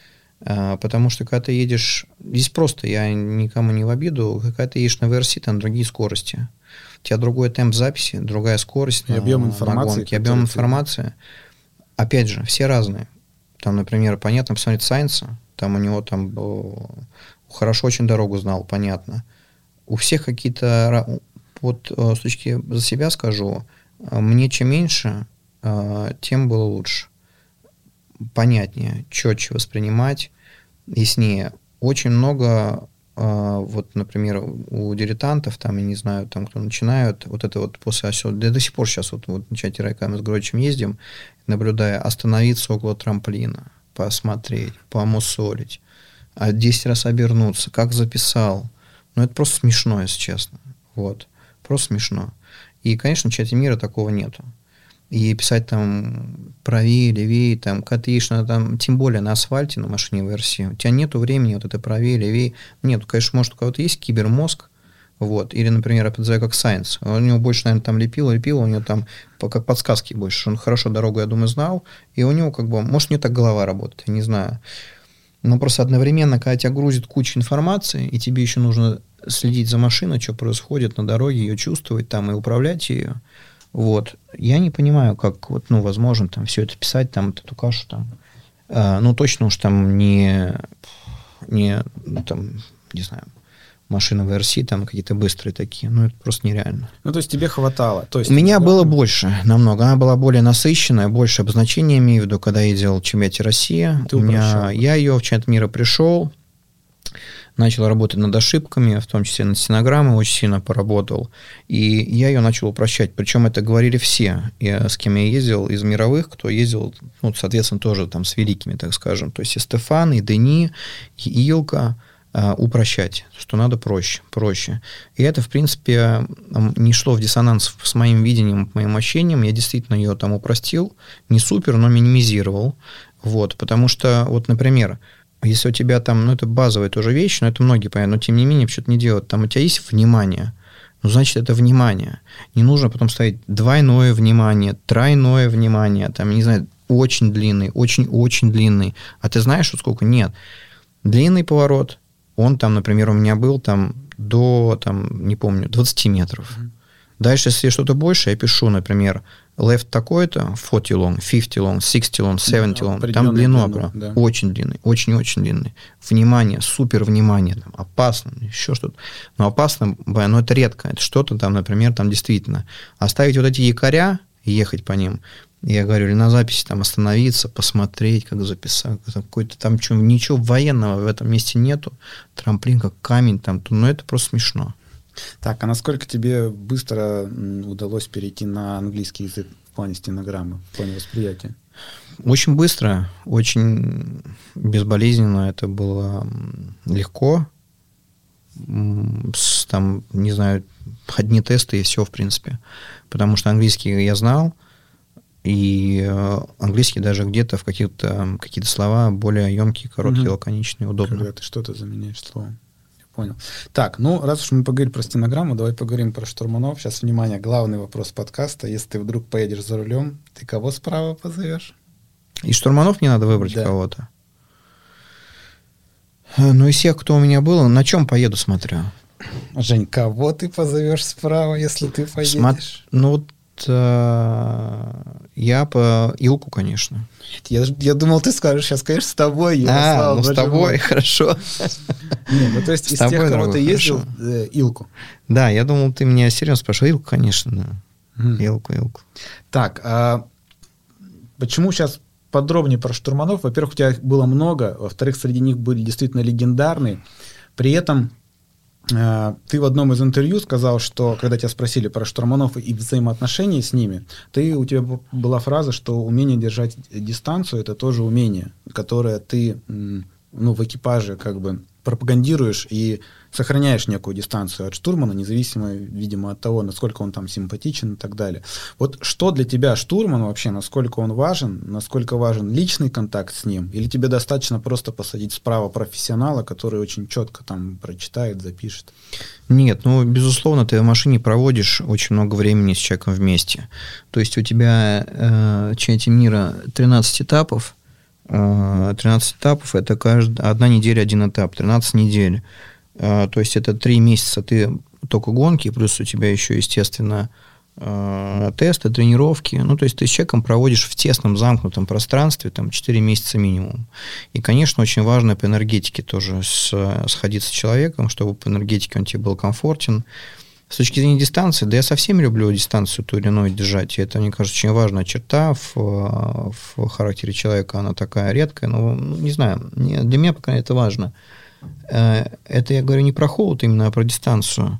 Потому что когда ты едешь, здесь просто, я никому не в обиду, когда ты едешь на ви ар си, там другие скорости. У тебя другой темп записи, другая скорость. И на, объем информации. На гонке, объем информации. Опять же, все разные. Там, например, понятно, посмотреть Сайнса, там у него там хорошо очень дорогу знал, понятно. У всех какие-то, вот с точки за себя скажу, мне чем меньше, тем было лучше. Понятнее, четче воспринимать, яснее. Очень много, вот, например, у дилетантов, там, я не знаю, там, кто начинают, вот это вот после осёда, да до сих пор сейчас вот, вот на чате Райками с Гродичем ездим, наблюдая, остановиться около трамплина, посмотреть, помусолить, а десять раз обернуться, как записал. Ну, это просто смешно, если честно. Вот. Просто смешно. И, конечно, в чате мира такого нету. И писать там правее, левее, там, когда ты едешь на, там, тем более на асфальте, на машине ви ар си, у тебя нету времени вот это правее, левее. Нет, конечно, может, у кого-то есть кибермозг, вот, или, например, я подзываю как Сайнс. У него больше, наверное, там лепило, лепило, у него там как подсказки больше. Он хорошо дорогу, я думаю, знал, и у него как бы, может, не так голова работает, я не знаю. Но просто одновременно, когда тебя грузит куча информации, и тебе еще нужно следить за машиной, что происходит на дороге, ее чувствовать там и управлять ее, вот. Я не понимаю, как вот, ну, возможно, там все это писать, там, эту кашу там. А, ну, точно уж там не, не, ну, там, не знаю, машина ви ар си, там какие-то быстрые такие. Ну, это просто нереально. Ну, то есть тебе хватало? То есть у меня тебя... было больше, намного. Она была более насыщенная, больше обозначений, имею в виду, когда я делал в чемпионате России. Ты у меня, упрощал. я ее в чемпионат мира пришел, начал работать над ошибками, в том числе над стенограммой, очень сильно поработал. И я ее начал упрощать. Причем это говорили все, я, с кем я ездил, из мировых, кто ездил, ну, соответственно, тоже там с великими, так скажем. То есть и Стефан, и Дени, и Илка. Uh, упрощать, что надо проще, проще. И это, в принципе, не шло в диссонанс с моим видением, моим ощущением. Я действительно ее там упростил. Не супер, но минимизировал. Вот, потому что, вот, например, если у тебя там, ну, это базовая тоже вещь, но это многие понятно, но тем не менее что-то не делать. Там у тебя есть внимание, ну, значит, это внимание. Не нужно потом ставить двойное внимание, тройное внимание, там, не знаю, очень длинный, очень-очень длинный. А ты знаешь, что сколько? Нет. Длинный поворот, он там, например, у меня был там до, там, не помню, двадцать метров. Mm-hmm. Дальше, если что-то больше, я пишу, например, left такой-то, сорок long, пятьдесят long, шестьдесят long, семьдесят long. Да, там длину, длину да. Очень длинный, очень-очень длинный. Внимание, супер внимание, там, опасно, еще что-то. Но опасно, но это редко. Это что-то там, например, там действительно. Оставить вот эти якоря и ехать по ним, я говорю, или на записи там остановиться, посмотреть, как записать, какой-то там что, ничего военного в этом месте нету, трамплин как камень там, ну это просто смешно. Так, а насколько тебе быстро удалось перейти на английский язык в плане стенограммы, в плане восприятия? Очень быстро, очень безболезненно, это было легко, там, не знаю, одни тесты и все, в принципе, потому что английский я знал, и английский даже где-то в каких-то какие-то слова более емкие, короткие, угу. лаконичные, удобные. Когда ты что-то заменяешь словом. Я понял. Так, ну, раз уж мы поговорили про стенограмму, давай поговорим про штурманов. Сейчас, внимание, главный вопрос подкаста. Если ты вдруг поедешь за рулем, ты кого справа позовешь? Из штурманов не надо выбрать да. кого-то? Ну, из всех, кто у меня был, на чем поеду, смотрю. Жень, кого ты позовешь справа, если ты поедешь? Смо... Ну, вот я по Илку, конечно. Я, я думал, ты скажешь сейчас, конечно, с тобой. Я а, ну с тобой, мой. Хорошо. Нет, ну то есть из тех, кого ты ездил, э, Илку. Да, я думал, ты меня серьезно спрашивал. Илку, конечно, да. Mm. Илку, Илку. Так, а почему сейчас подробнее про штурманов. Во-первых, у тебя было много, во-вторых, среди них были действительно легендарные. При этом э, ты в одном из интервью сказал, что когда тебя спросили про штурманов и взаимоотношения с ними, ты, у тебя была фраза, что умение держать дистанцию — это тоже умение, которое ты ну, в экипаже как бы пропагандируешь и сохраняешь некую дистанцию от штурмана, независимо, видимо, от того, насколько он там симпатичен и так далее. Вот что для тебя штурман вообще, насколько он важен, насколько важен личный контакт с ним, или тебе достаточно просто посадить справа профессионала, который очень четко там прочитает, запишет? Нет, ну, безусловно, ты в машине проводишь очень много времени с человеком вместе. То есть у тебя э, в чемпионате мира тринадцать этапов, тринадцать этапов, это каждая, одна неделя, один этап, тринадцать недель. То есть это три месяца ты только гонки, плюс у тебя еще, естественно, тесты, тренировки. Ну, то есть ты с человеком проводишь в тесном, замкнутом пространстве там четыре месяца минимум. И, конечно, очень важно по энергетике тоже сходиться с человеком, чтобы по энергетике он тебе был комфортен. С точки зрения дистанции, да я со всеми люблю дистанцию ту или иную держать. И это, мне кажется, очень важная черта в, в характере человека. Она такая редкая, но, не знаю, для меня, пока это важно. Это я говорю не про холод, именно а про дистанцию.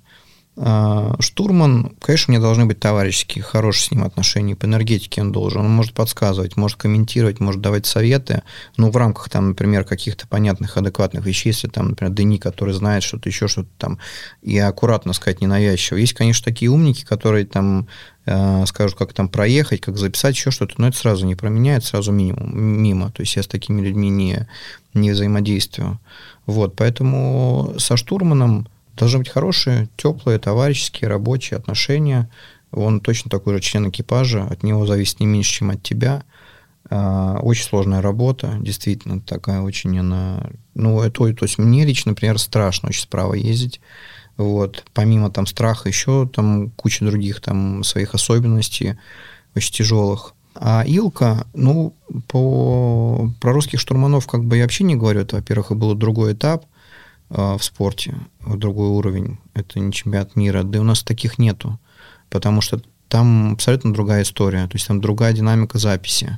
Штурман, конечно, у меня должны быть товарищеские, хорошие с ним отношения, по энергетике он должен, он может подсказывать, может комментировать, может давать советы, но в рамках, там, например, каких-то понятных, адекватных вещей, если там, например, Дени, который знает что-то, еще что-то там, и аккуратно сказать, ненавязчиво. Есть, конечно, такие умники, которые там э, скажут, как там проехать, как записать, еще что-то, но это сразу не про меня, это сразу минимум, мимо, то есть я с такими людьми не, не взаимодействую. Вот, поэтому со штурманом должны быть хорошие, теплые, товарищеские, рабочие отношения. Он точно такой же член экипажа, от него зависит не меньше, чем от тебя. Очень сложная работа, действительно, такая очень она... Ну, это, то есть мне лично, например, страшно очень справа ездить. Вот. Помимо там страха еще там куча других там своих особенностей, очень тяжелых. А Илка, ну, по... про русских штурманов как бы я вообще не говорю. Это, во-первых, и был другой этап в спорте, другой уровень, это не чемпионат мира, да и у нас таких нету, потому что там абсолютно другая история, то есть там другая динамика записи,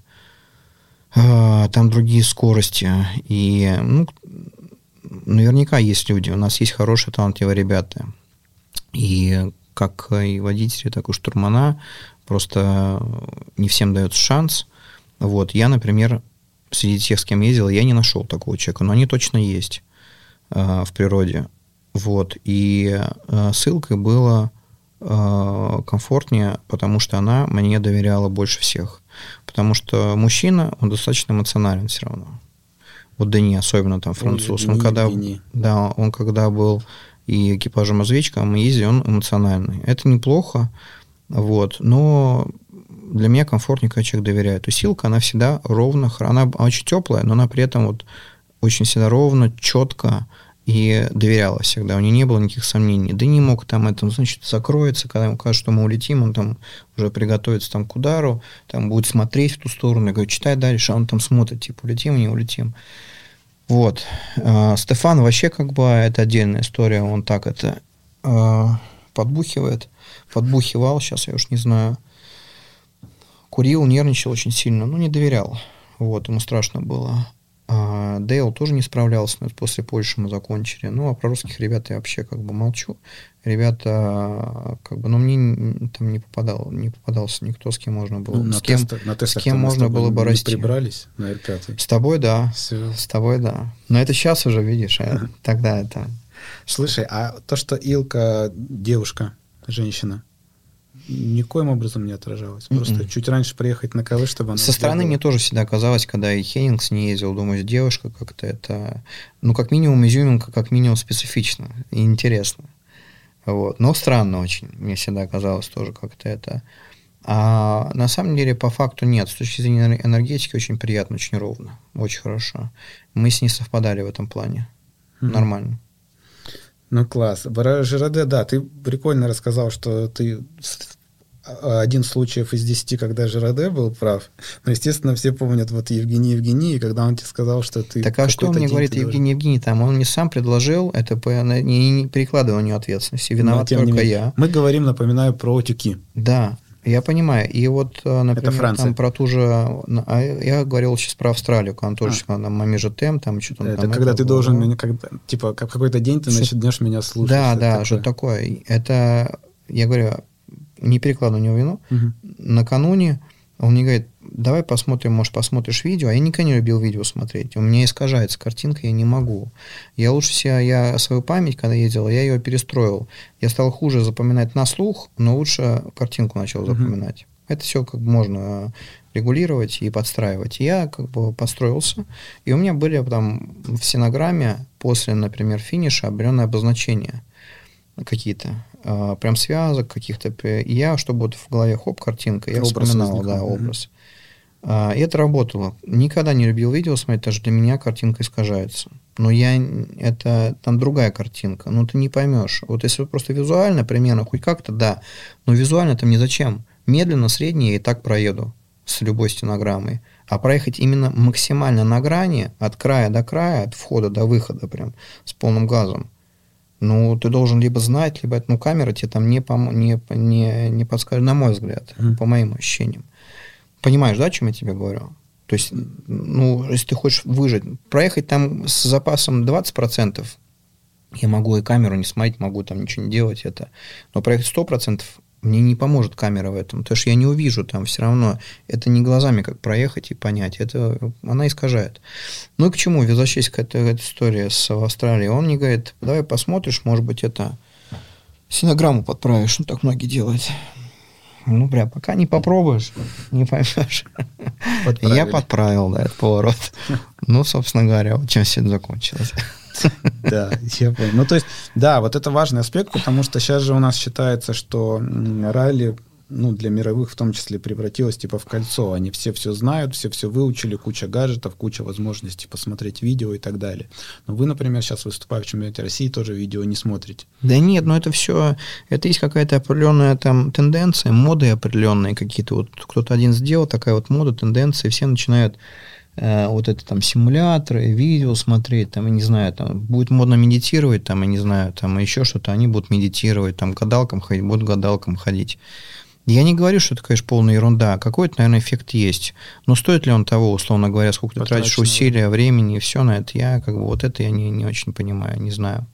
там другие скорости, и ну, наверняка есть люди, у нас есть хорошие талантливые ребята, и как и водители, так и штурмана, просто не всем дается шанс. Вот, я, например, среди тех, с кем ездил, я не нашел такого человека, но они точно есть в природе. Вот. И э, с Илкой было э, комфортнее, потому что она мне доверяла больше всех. Потому что мужчина, он достаточно эмоционален все равно. Вот Дени, особенно там француз. Ой, он, когда, да, он когда был и экипажем разведчика, мы ездили, он эмоциональный. Это неплохо, вот, но для меня комфортнее, когда человек доверяет. То есть Илка, она всегда ровно, она очень теплая, но она при этом вот очень всегда ровно, четко и доверяла всегда. У нее не было никаких сомнений. Да не мог там это, значит, закроется, когда ему кажется, что мы улетим, он там уже приготовится там к удару, там будет смотреть в ту сторону. Я говорю, читай дальше, а он там смотрит, типа, улетим, не улетим. Вот. А, Стефан вообще как бы это отдельная история, он так это а, подбухивает, подбухивал, сейчас я уж не знаю. Курил, нервничал очень сильно, но не доверял. Вот, ему страшно было. А Дейл тоже не справлялся, но после Польши мы закончили. Ну, а про русских ребят я вообще как бы молчу. Ребята, как бы, ну, мне там не попадал, не попадался никто, с кем можно было, ну, с кем, тестах, на тестах с кем можно было бы расти. Прибрались на эр пять? С тобой, да. Все. С тобой, да. Но это сейчас уже, видишь, а тогда это... Слушай, а то, что Илка девушка, женщина, никоим образом не отражалось. Просто Mm-mm. чуть раньше приехать на КВ, чтобы она... Со стороны мне тоже всегда казалось, когда и Хеннинг с ней ездил, думаю, девушка как-то это... Ну, как минимум, изюминка, как минимум, специфично и интересно. Вот. Но странно очень. Мне всегда казалось тоже как-то это... А на самом деле, по факту нет. С точки зрения энергетики очень приятно, очень ровно. Очень хорошо. Мы с ней совпадали в этом плане. Mm-hmm. Нормально. Ну, класс. Про ЖРД, да, ты прикольно рассказал, что ты один случаев из десяти, когда ЖРД был прав. Но, естественно, все помнят вот Евгений Евгений, когда он тебе сказал, что ты... Так а что он мне говорит, Евгений Евгений, там, он мне сам предложил, это по не, не перекладыванию ответственности, виноват только я. Мы говорим, напоминаю, про утюги. Да, Я понимаю. И вот, например, там про ту же... Я говорил сейчас про Австралию, когда он тоже а. на Мамижа Тем, там что-то... Это там когда это ты было, должен, да? меня, когда, типа, как какой-то день ты что... начнешь меня слушать. Да, что да, что такое. Это, я говорю, не перекладываю на него вину. Угу. Накануне он мне говорит, давай посмотрим, может, посмотришь видео. А я никогда не любил видео смотреть. У меня искажается картинка, я не могу. Я лучше себя, я свою память, когда ездил, я ее перестроил. Я стал хуже запоминать на слух, но лучше картинку начал запоминать. Uh-huh. Это все как бы можно регулировать и подстраивать. Я как бы подстроился, и у меня были там в синограмме после, например, финиша определенные обозначения какие-то. Прям связок каких-то. И я, чтобы вот в голове хоп, картинка, я образ вспоминал, да, образ. Mm-hmm. И это работало. Никогда не любил видео смотреть, даже для меня картинка искажается. Но я, это там другая картинка, ну ты не поймешь. Вот если вот просто визуально, примерно, хоть как-то, да, но визуально там ни зачем. Медленно, средне я и так проеду с любой стенограммой. А проехать именно максимально на грани, от края до края, от входа до выхода прям, с полным газом. Ну, ты должен либо знать, либо ну, камера тебе там не, пом- не, не, не подскажет, на мой взгляд, mm. по моим ощущениям. Понимаешь, да, о чем я тебе говорю? То есть, ну, если ты хочешь выжить, проехать там с запасом двадцать процентов, я могу и камеру не смотреть, могу там ничего не делать, это. Но проехать сто процентов мне не поможет камера в этом, потому что я не увижу там все равно. Это не глазами как проехать и понять, это она искажает. Ну и к чему? Возвращаясь к этой, этой истории с Австралией, он мне говорит, давай посмотришь, может быть, это синограмму подправишь, ну так многие делают. Ну, прям, пока не попробуешь, не поймешь. Подправили. Я подправил, да, этот поворот. Ну, собственно говоря, вот чем все это закончилось. Да, я понял. Ну, то есть, да, вот это важный аспект, потому что сейчас же у нас считается, что ралли, ну, для мировых в том числе превратилось типа в кольцо. Они все все знают, все все выучили, куча гаджетов, куча возможностей посмотреть видео и так далее. Но вы, например, сейчас выступая в чемпионате России, тоже видео не смотрите. Да нет, но это все, это есть какая-то определенная там тенденция, моды определенные какие-то. Вот кто-то один сделал, такая вот мода, тенденция, и все начинают э, вот это там симуляторы, видео смотреть, там, я не знаю, там будет модно медитировать, там, я не знаю, там еще что-то, они будут медитировать, там, гадалкам ходить, будут гадалкам ходить. Я не говорю, что это, конечно, полная ерунда. Какой-то, наверное, эффект есть. Но стоит ли он того, условно говоря, сколько ты тратишь усилия, времени и все на это? Я как бы вот это я не, не очень понимаю, не знаю.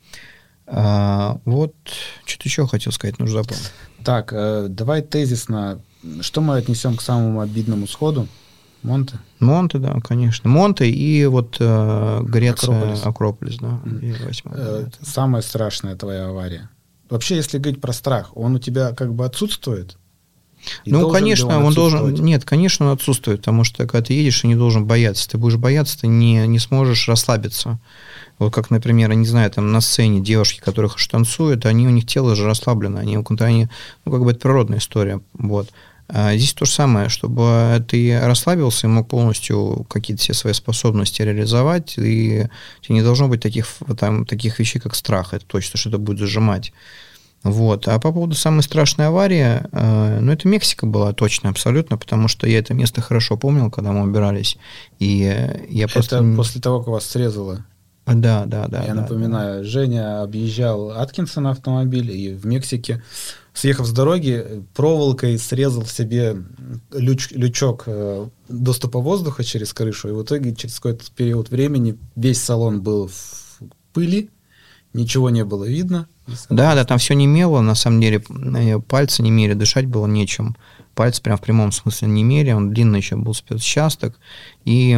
А, вот, что-то еще хотел сказать, ну, забыл. Так, э, давай тезисно. Что мы отнесем к самому обидному сходу? Монте? Монте, да, конечно. Монте и вот э, Греция, Акрополис, Акрополис да. Mm. Э, самая страшная твоя авария. Вообще, если говорить про страх, он у тебя как бы отсутствует? И ну, конечно, он, он должен... Нет, конечно, он отсутствует, потому что когда ты едешь, ты не должен бояться. Ты будешь бояться, ты не, не сможешь расслабиться. Вот как, например, я не знаю, там на сцене девушки, которых танцуют, они, у них тело же расслаблено, они, они, ну, как бы это природная история. Вот. А здесь то же самое, чтобы ты расслабился и мог полностью какие-то все свои способности реализовать, и тебе не должно быть таких, там, таких вещей, как страх, это точно, что это будет зажимать. Вот. А по поводу самой страшной аварии, э, ну, это Мексика была точно, абсолютно, потому что я это место хорошо помнил, когда мы убирались. И я это просто... после того, как вас срезало? Да, да, да. Я да, напоминаю, да. Женя объезжал Аткинсона автомобиль, и в Мексике, съехав с дороги, проволокой срезал себе люч, лючок доступа воздуха через крышу, и в итоге через какой-то период времени весь салон был в пыли, ничего не было видно. Да, да, там все немело, на самом деле пальцы немели, дышать было нечем. Пальцы прям в прямом смысле немели, он длинный еще был спецучасток, и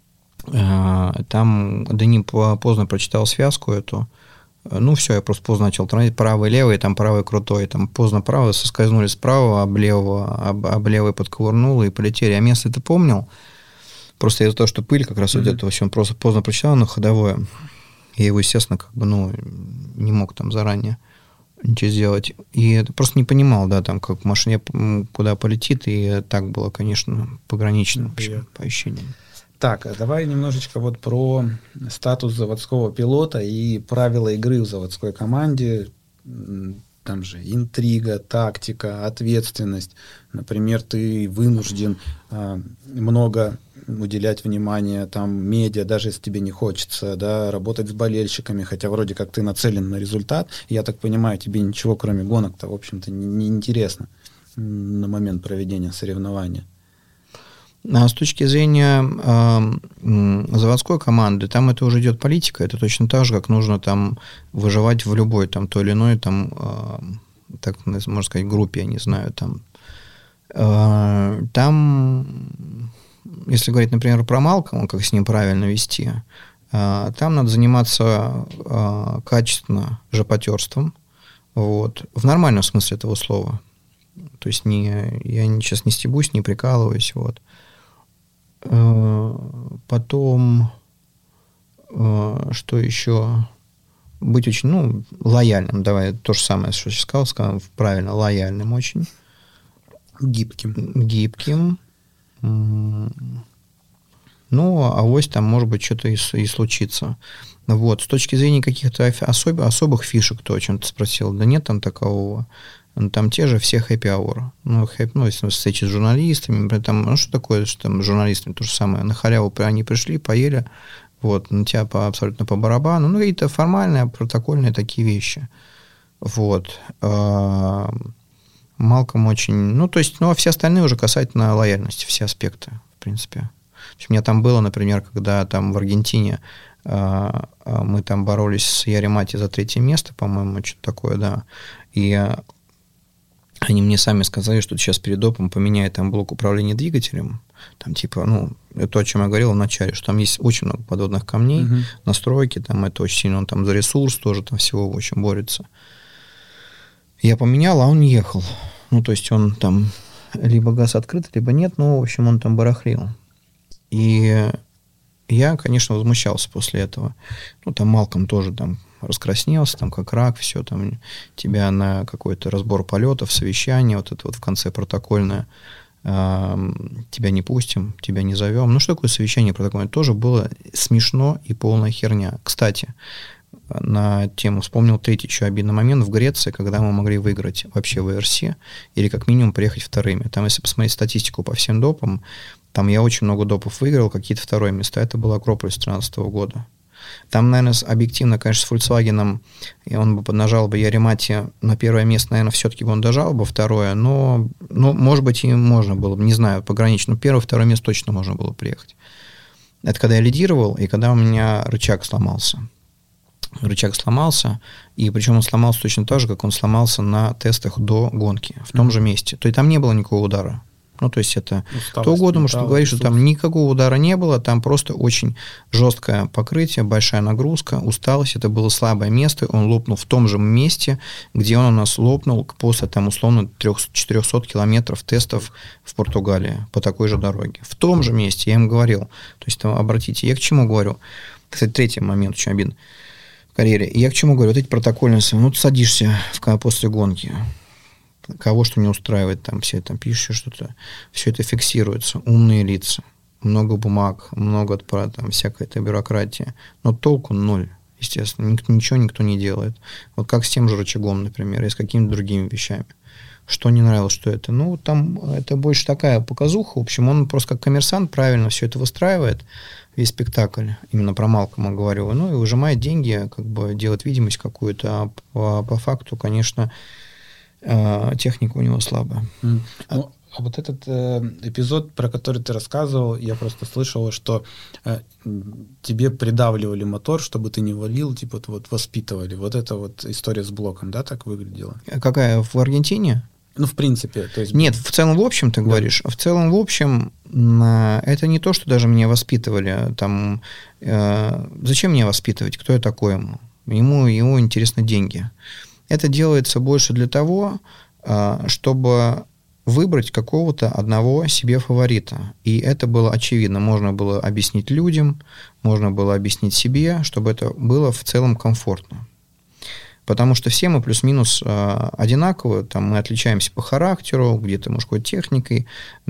э, там Дани поздно прочитал связку эту, ну все, я просто поздно начал тормозить, правый, левый, там правый крутой, там поздно правый, соскользнули справа, об левого, об, об левый подковырнуло и полетели. А место ты помнил? Просто из-за того, что пыль как раз mm-hmm. вот этого все, он просто поздно прочитал на ходовое. Я его, естественно, как бы, ну, не мог там заранее ничего сделать. И просто не понимал, да, там, как машина куда полетит, и так было, конечно, погранично, в общем, по ощущениям. Так, а давай немножечко вот про статус заводского пилота и правила игры в заводской команде. Там же интрига, тактика, ответственность. Например, ты вынужден а, много уделять внимание там медиа, даже если тебе не хочется, да, работать с болельщиками, хотя вроде как ты нацелен на результат. Я так понимаю, тебе ничего, кроме гонок-то, в общем-то, не, не интересно. на момент проведения соревнования? А с точки зрения э, заводской команды, там это уже идет политика, это точно так же, как нужно там выживать в любой там той или иной там, э, так можно сказать, группе, я не знаю, там. Э, там, если говорить, например, про Малкома, как с ним правильно вести, э, там надо заниматься э, качественно жопотерством, вот, в нормальном смысле этого слова. То есть не, я сейчас не стебусь, не прикалываюсь, вот. Потом, что еще? Быть очень, ну, лояльным. Давай то же самое, что сейчас сказал, сказал правильно, лояльным очень. Гибким. Гибким. Ну, авось там, может быть, что-то и, и случится. Вот. С точки зрения каких-то особ, особых фишек, то, о чем ты спросил, да нет там такового. Там те же все happy-hour. Ну, хэп, ну, если встречи с журналистами, там, ну, что такое, что там с журналистами то же самое. На халяву они пришли, поели, вот, на тебя по, абсолютно по барабану. Ну, какие-то формальные, протокольные такие вещи. Вот. Малком очень... Ну, то есть, ну, а все остальные уже касательно лояльности, все аспекты, в принципе. У меня там было, например, когда там в Аргентине мы там боролись с Яримати за третье место, по-моему, что-то такое, да, и они мне сами сказали, что сейчас перед допом поменяет там блок управления двигателем, там типа, ну, то, о чем я говорил в начале, что там есть очень много подводных камней, uh-huh. настройки, там это очень сильно, он там за ресурс тоже там всего очень борется. Я поменял, а он не ехал. Ну, то есть он там либо газ открыт, либо нет, но, в общем, он там барахлил. И я, конечно, возмущался после этого. Ну, там Малком тоже там раскраснелся, там как рак, все, там тебя на какой-то разбор полетов, совещание, вот это вот в конце протокольное, э, тебя не пустим, тебя не зовем. Ну, что такое совещание протокольное? Тоже было смешно и полная херня. Кстати, на тему вспомнил третий еще обидный момент в Греции, когда мы могли выиграть вообще в эй эр си или как минимум приехать вторыми. Там, если посмотреть статистику по всем допам, там я очень много допов выиграл, какие-то вторые места. Это был Акрополис две тысячи тринадцатого года. Там, наверное, объективно, конечно, с Volkswagen, и он бы поднажал бы Яримати на первое место, наверное, все-таки бы он дожал бы второе, но, ну, может быть, и можно было бы, не знаю, погранично. Первое, второе место точно можно было приехать. Это когда я лидировал, и когда у меня рычаг сломался. Рычаг сломался, и причем он сломался точно так же, как он сломался на тестах до гонки, в том mm-hmm. же месте. То есть там не было никакого удара. Ну, то есть это усталость, то году, может говорить, что там никакого удара не было, там просто очень жесткое покрытие, большая нагрузка, усталость, это было слабое место, он лопнул в том же месте, где он у нас лопнул после, там, условно, триста-четыреста километров тестов в Португалии по такой же дороге. В том же месте, я им говорил. То есть, там, обратите, я к чему говорю? Кстати, третий момент очень обидный в карьере. Я к чему говорю? Вот эти протокольные, ну, ты садишься в, после гонки, кого что не устраивает, там все там пишут что-то, все это фиксируется, умные лица, много бумаг, много там всякой этой бюрократии, но толку ноль, естественно, никто, ничего никто не делает. Вот как с тем же рычагом, например, и с какими-то другими вещами. Что не нравилось, что это? Ну, там это больше такая показуха, в общем, он просто как коммерсант правильно все это выстраивает, весь спектакль, именно про Малкома говорю, ну, и выжимает деньги, как бы делает видимость какую-то, а по, по факту, конечно, техника у него слабая. Mm. Ну, а вот этот э, эпизод, про который ты рассказывал, я просто слышал, что э, тебе придавливали мотор, чтобы ты не валил, типа вот воспитывали. Вот эта вот история с блоком, да, так выглядела? Какая? В Аргентине? Ну, в принципе. То есть... Нет, в целом, в общем, ты да. говоришь. В целом, в общем, это не то, что даже меня воспитывали. Там, э, зачем меня воспитывать? Кто я такой ему? Ему, ему интересны деньги. Это делается больше для того, чтобы выбрать какого-то одного себе фаворита. И это было очевидно. Можно было объяснить людям, можно было объяснить себе, чтобы это было в целом комфортно. Потому что все мы плюс-минус одинаковые, там мы отличаемся по характеру, где-то мужской техникой,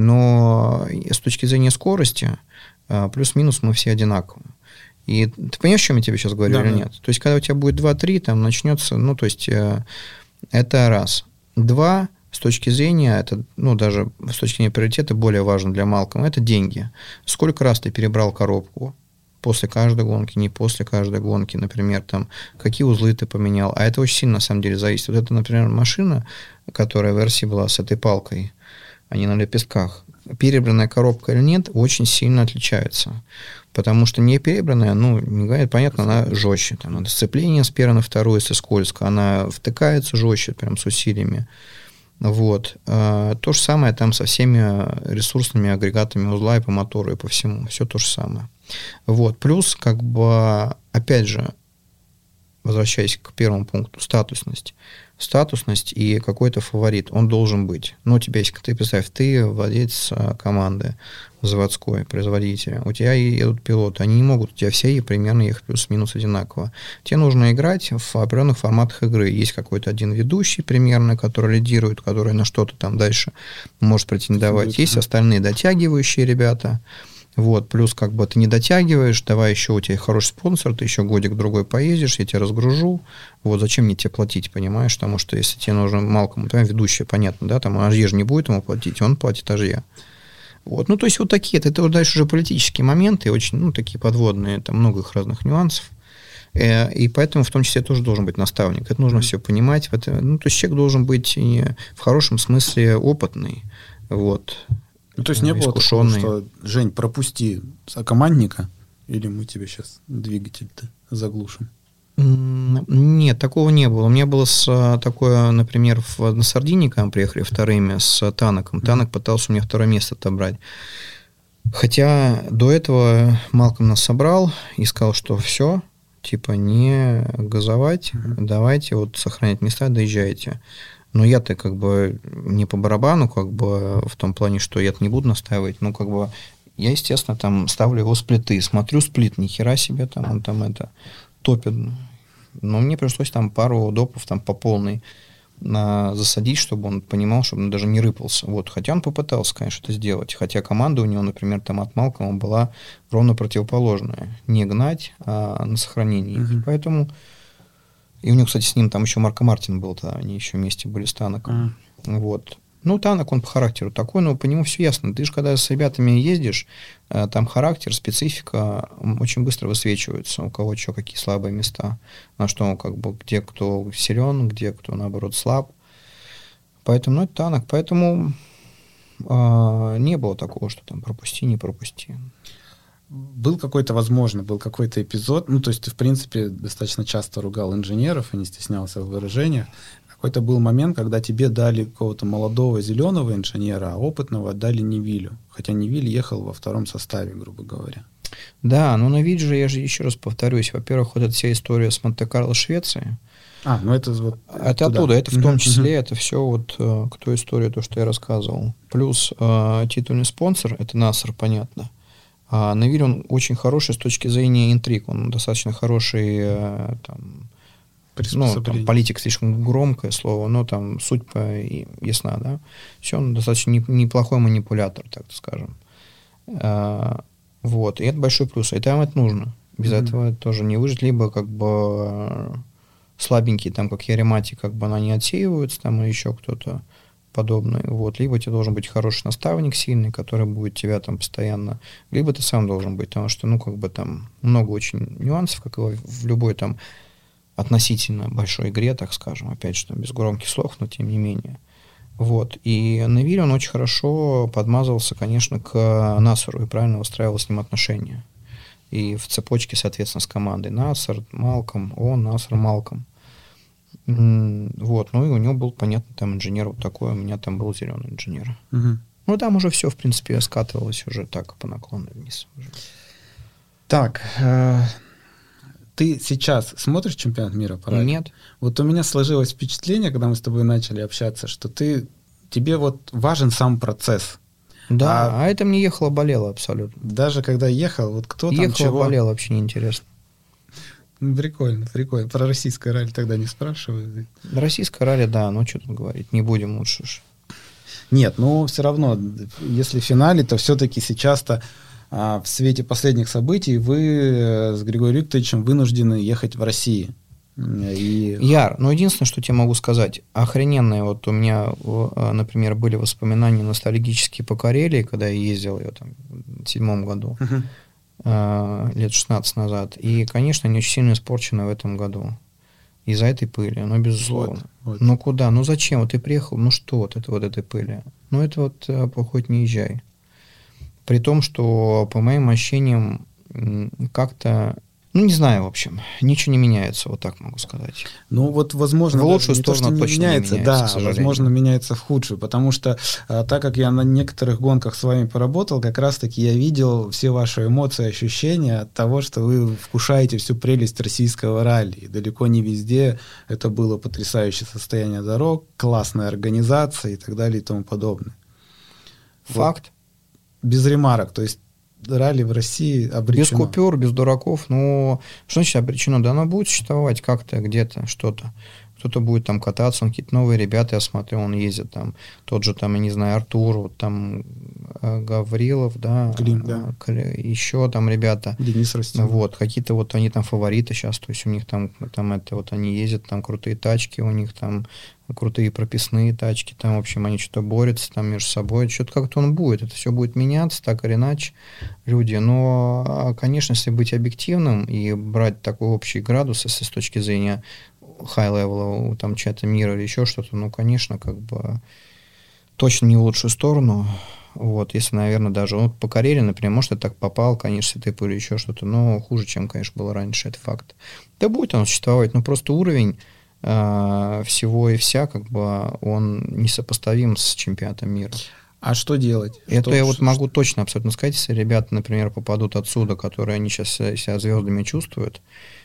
но с точки зрения скорости плюс-минус мы все одинаковые. И ты понимаешь, о чем я тебе сейчас говорю, да, или да. нет? То есть, когда у тебя будет два-три, там начнется, ну, то есть, э, это раз. Два, с точки зрения, это, ну, даже с точки зрения приоритета более важно для Малкома, это деньги. Сколько раз ты перебрал коробку, после каждой гонки, не после каждой гонки, например, там, какие узлы ты поменял. А это очень сильно, на самом деле, зависит. Вот это, например, машина, которая в эр си была с этой палкой, а не на лепестках. Перебранная коробка или нет, очень сильно отличается. Потому что не перебранная, ну, не говорит, понятно, она жестче. Там, надо сцепление с первой на вторую, если скользко, она втыкается жестче, прям с усилиями. Вот. То же самое там со всеми ресурсными агрегатами узла и по мотору, и по всему. Все то же самое. Вот. Плюс, как бы, опять же, возвращаясь к первому пункту, статусность. Статусность и какой-то фаворит, он должен быть. Но у тебя есть, ты представь, ты владелец команды заводской, производителя, у тебя едут пилоты, они не могут у тебя все примерно ехать плюс-минус одинаково. Тебе нужно играть в определенных форматах игры. Есть какой-то один ведущий примерно, который лидирует, который на что-то там дальше может претендовать. Есть остальные дотягивающие ребята. Вот, плюс как бы ты не дотягиваешь, давай еще у тебя хороший спонсор, ты еще годик-другой поездишь, я тебя разгружу, вот, зачем мне тебе платить, понимаешь, потому что если тебе нужно Малкому, твоя ведущая, понятно, да, там, аж же не будет ему платить, он платит аж я. Вот, ну, то есть вот такие, это, это вот дальше уже политические моменты, очень, ну, такие подводные, там много их разных нюансов, э, и поэтому в том числе тоже должен быть наставник, это нужно mm-hmm. все понимать, это, ну, то есть человек должен быть в хорошем смысле опытный, вот. Ну, то есть не было такого, что, Жень, пропусти командника, или мы тебе сейчас двигатель-то заглушим? Нет, такого не было. У меня было с, такое, например, в, на Сардинии, когда мы приехали вторыми с Танаком. Танак пытался у меня второе место отобрать. Хотя до этого Малком нас собрал и сказал, что все, типа не газовать, mm-hmm. давайте вот сохранять места, доезжайте. Но я-то как бы не по барабану, как бы в том плане, что я-то не буду настаивать, ну, как бы я, естественно, там ставлю его с плиты, смотрю сплит, ни хера себе, там он там это топит. Но мне пришлось там пару допов там по полной на, засадить, чтобы он понимал, чтобы он даже не рыпался. Вот. Хотя он попытался, конечно, это сделать. Хотя команда у него, например, там от Малкома была ровно противоположная. Не гнать, а на сохранении. Mm-hmm. Поэтому... И у него, кстати, с ним там еще Марко Мартин был, тогда они еще вместе были с Танаком. Mm. Вот. Ну, Танак, он по характеру такой, но по нему все ясно. Ты же, когда с ребятами ездишь, там характер, специфика очень быстро высвечиваются, у кого что, какие слабые места, на что, как бы, где кто силен, где кто, наоборот, слаб. Поэтому, ну, это Танак. Поэтому э, не было такого, что там пропусти, не пропусти. Был какой-то, возможно, был какой-то эпизод, ну, то есть ты, в принципе, достаточно часто ругал инженеров и не стеснялся в выражениях. Какой-то был момент, когда тебе дали какого-то молодого зеленого инженера, а опытного отдали Невилю. Хотя Невиль ехал во втором составе, грубо говоря. Да, но Невиль же, я же еще раз повторюсь, во-первых, вот эта вся история с Монте-Карло, Швеции. А, ну это вот это туда. Оттуда, это в том числе, uh-huh. это все вот э, к той истории, то, что я рассказывал. Плюс э, титульный спонсор, это Наср, понятно. А Невиль, он очень хороший с точки зрения интриг, он достаточно хороший, э, там, ну, там, политик слишком громкое слово, но там суть по, и, ясна, да. Все, он достаточно не, неплохой манипулятор, так скажем. А, вот, и это большой плюс, и там это нужно. Без mm-hmm. этого тоже не выжить, либо как бы слабенькие, там, как Яремати, как бы они отсеиваются, там, или еще кто-то подобный, вот, либо тебе должен быть хороший наставник сильный, который будет тебя там постоянно, либо ты сам должен быть, потому что, ну, как бы там много очень нюансов, как и в любой там относительно большой игре, так скажем, опять же, там, без громких слов, но тем не менее. Вот, и Невиль, он очень хорошо подмазывался, конечно, к Насару и правильно выстраивал с ним отношения. И в цепочке, соответственно, с командой Насар, Малком, он, Насар, Малком. Вот, ну и у него был, понятно, там инженер вот такой, у меня там был зеленый инженер. Угу. Ну, там уже все, в принципе, скатывалось уже так по наклону вниз. Уже. Так, э, ты сейчас смотришь чемпионат мира по ралли? Нет. Вот у меня сложилось впечатление, когда мы с тобой начали общаться, что ты, тебе вот важен сам процесс. Да, а, а это мне ехало-болело абсолютно. Даже когда ехал, вот кто там чего... Ехало-болело, вообще неинтересно. Ну, прикольно, прикольно. Про российское ралли тогда не спрашиваю. Российское ралли, да, ну что тут говорить, не будем лучше уж. Нет, но все равно, если в финале, то все-таки сейчас-то а, в свете последних событий вы с Григорием Викторовичем вынуждены ехать в Россию. И... Яр, ну единственное, что тебе могу сказать, охрененные, вот у меня, например, были воспоминания ностальгические по Карелии, когда я ездил ее там в седьмом году. Uh-huh. э, лет шестнадцать назад. И, конечно, они очень сильно испорчены в этом году. Из-за этой пыли, ну, безусловно. Вот, вот. Ну, куда? Ну, зачем? Вот ты приехал, ну, что вот это вот этой пыли? Ну, это вот, хоть не езжай. При том, что, по моим ощущениям, как-то, ну, не знаю, в общем, ничего не меняется, вот так могу сказать. Ну, вот, возможно, в лучшую сторону не точно меняется, не меняется, да, возможно, меняется в худшую, потому что, а, так как я на некоторых гонках с вами поработал, как раз-таки я видел все ваши эмоции, ощущения от того, что вы вкушаете всю прелесть российского ралли. И далеко не везде это было потрясающее состояние дорог, классная организация и так далее и тому подобное. Факт. Вот. Без ремарок, то есть ралли в России обречено. Без купюр, без дураков. Ну, что значит обречено? Да оно будет существовать как-то, где-то, что-то. Кто-то будет там кататься, он какие-то новые ребята, я смотрю, он ездит там. Тот же там, я не знаю, Артур, вот там Гаврилов, да. Клим, да. Еще там ребята. Денис Растин. Вот, какие-то вот они там фавориты сейчас, то есть у них там, там это вот они ездят, там крутые тачки, у них там крутые прописные тачки, там, в общем, они что-то борются там между собой, что-то как-то он будет, это все будет меняться, так или иначе, люди, но, конечно, если быть объективным и брать такой общий градус, если с точки зрения high-level, там, чья-то мира или еще что-то, ну, конечно, как бы точно не в лучшую сторону, вот, если, наверное, даже, ну, по карьере, например, может, я так попал, конечно, ты или еще что-то, но хуже, чем, конечно, было раньше, это факт. Да будет оно существовать, но просто уровень всего и вся, как бы, он несопоставим с чемпионатом мира. А что делать? Это что, я что, вот что? могу точно абсолютно сказать, если ребята, например, попадут отсюда, которые они сейчас себя звездами чувствуют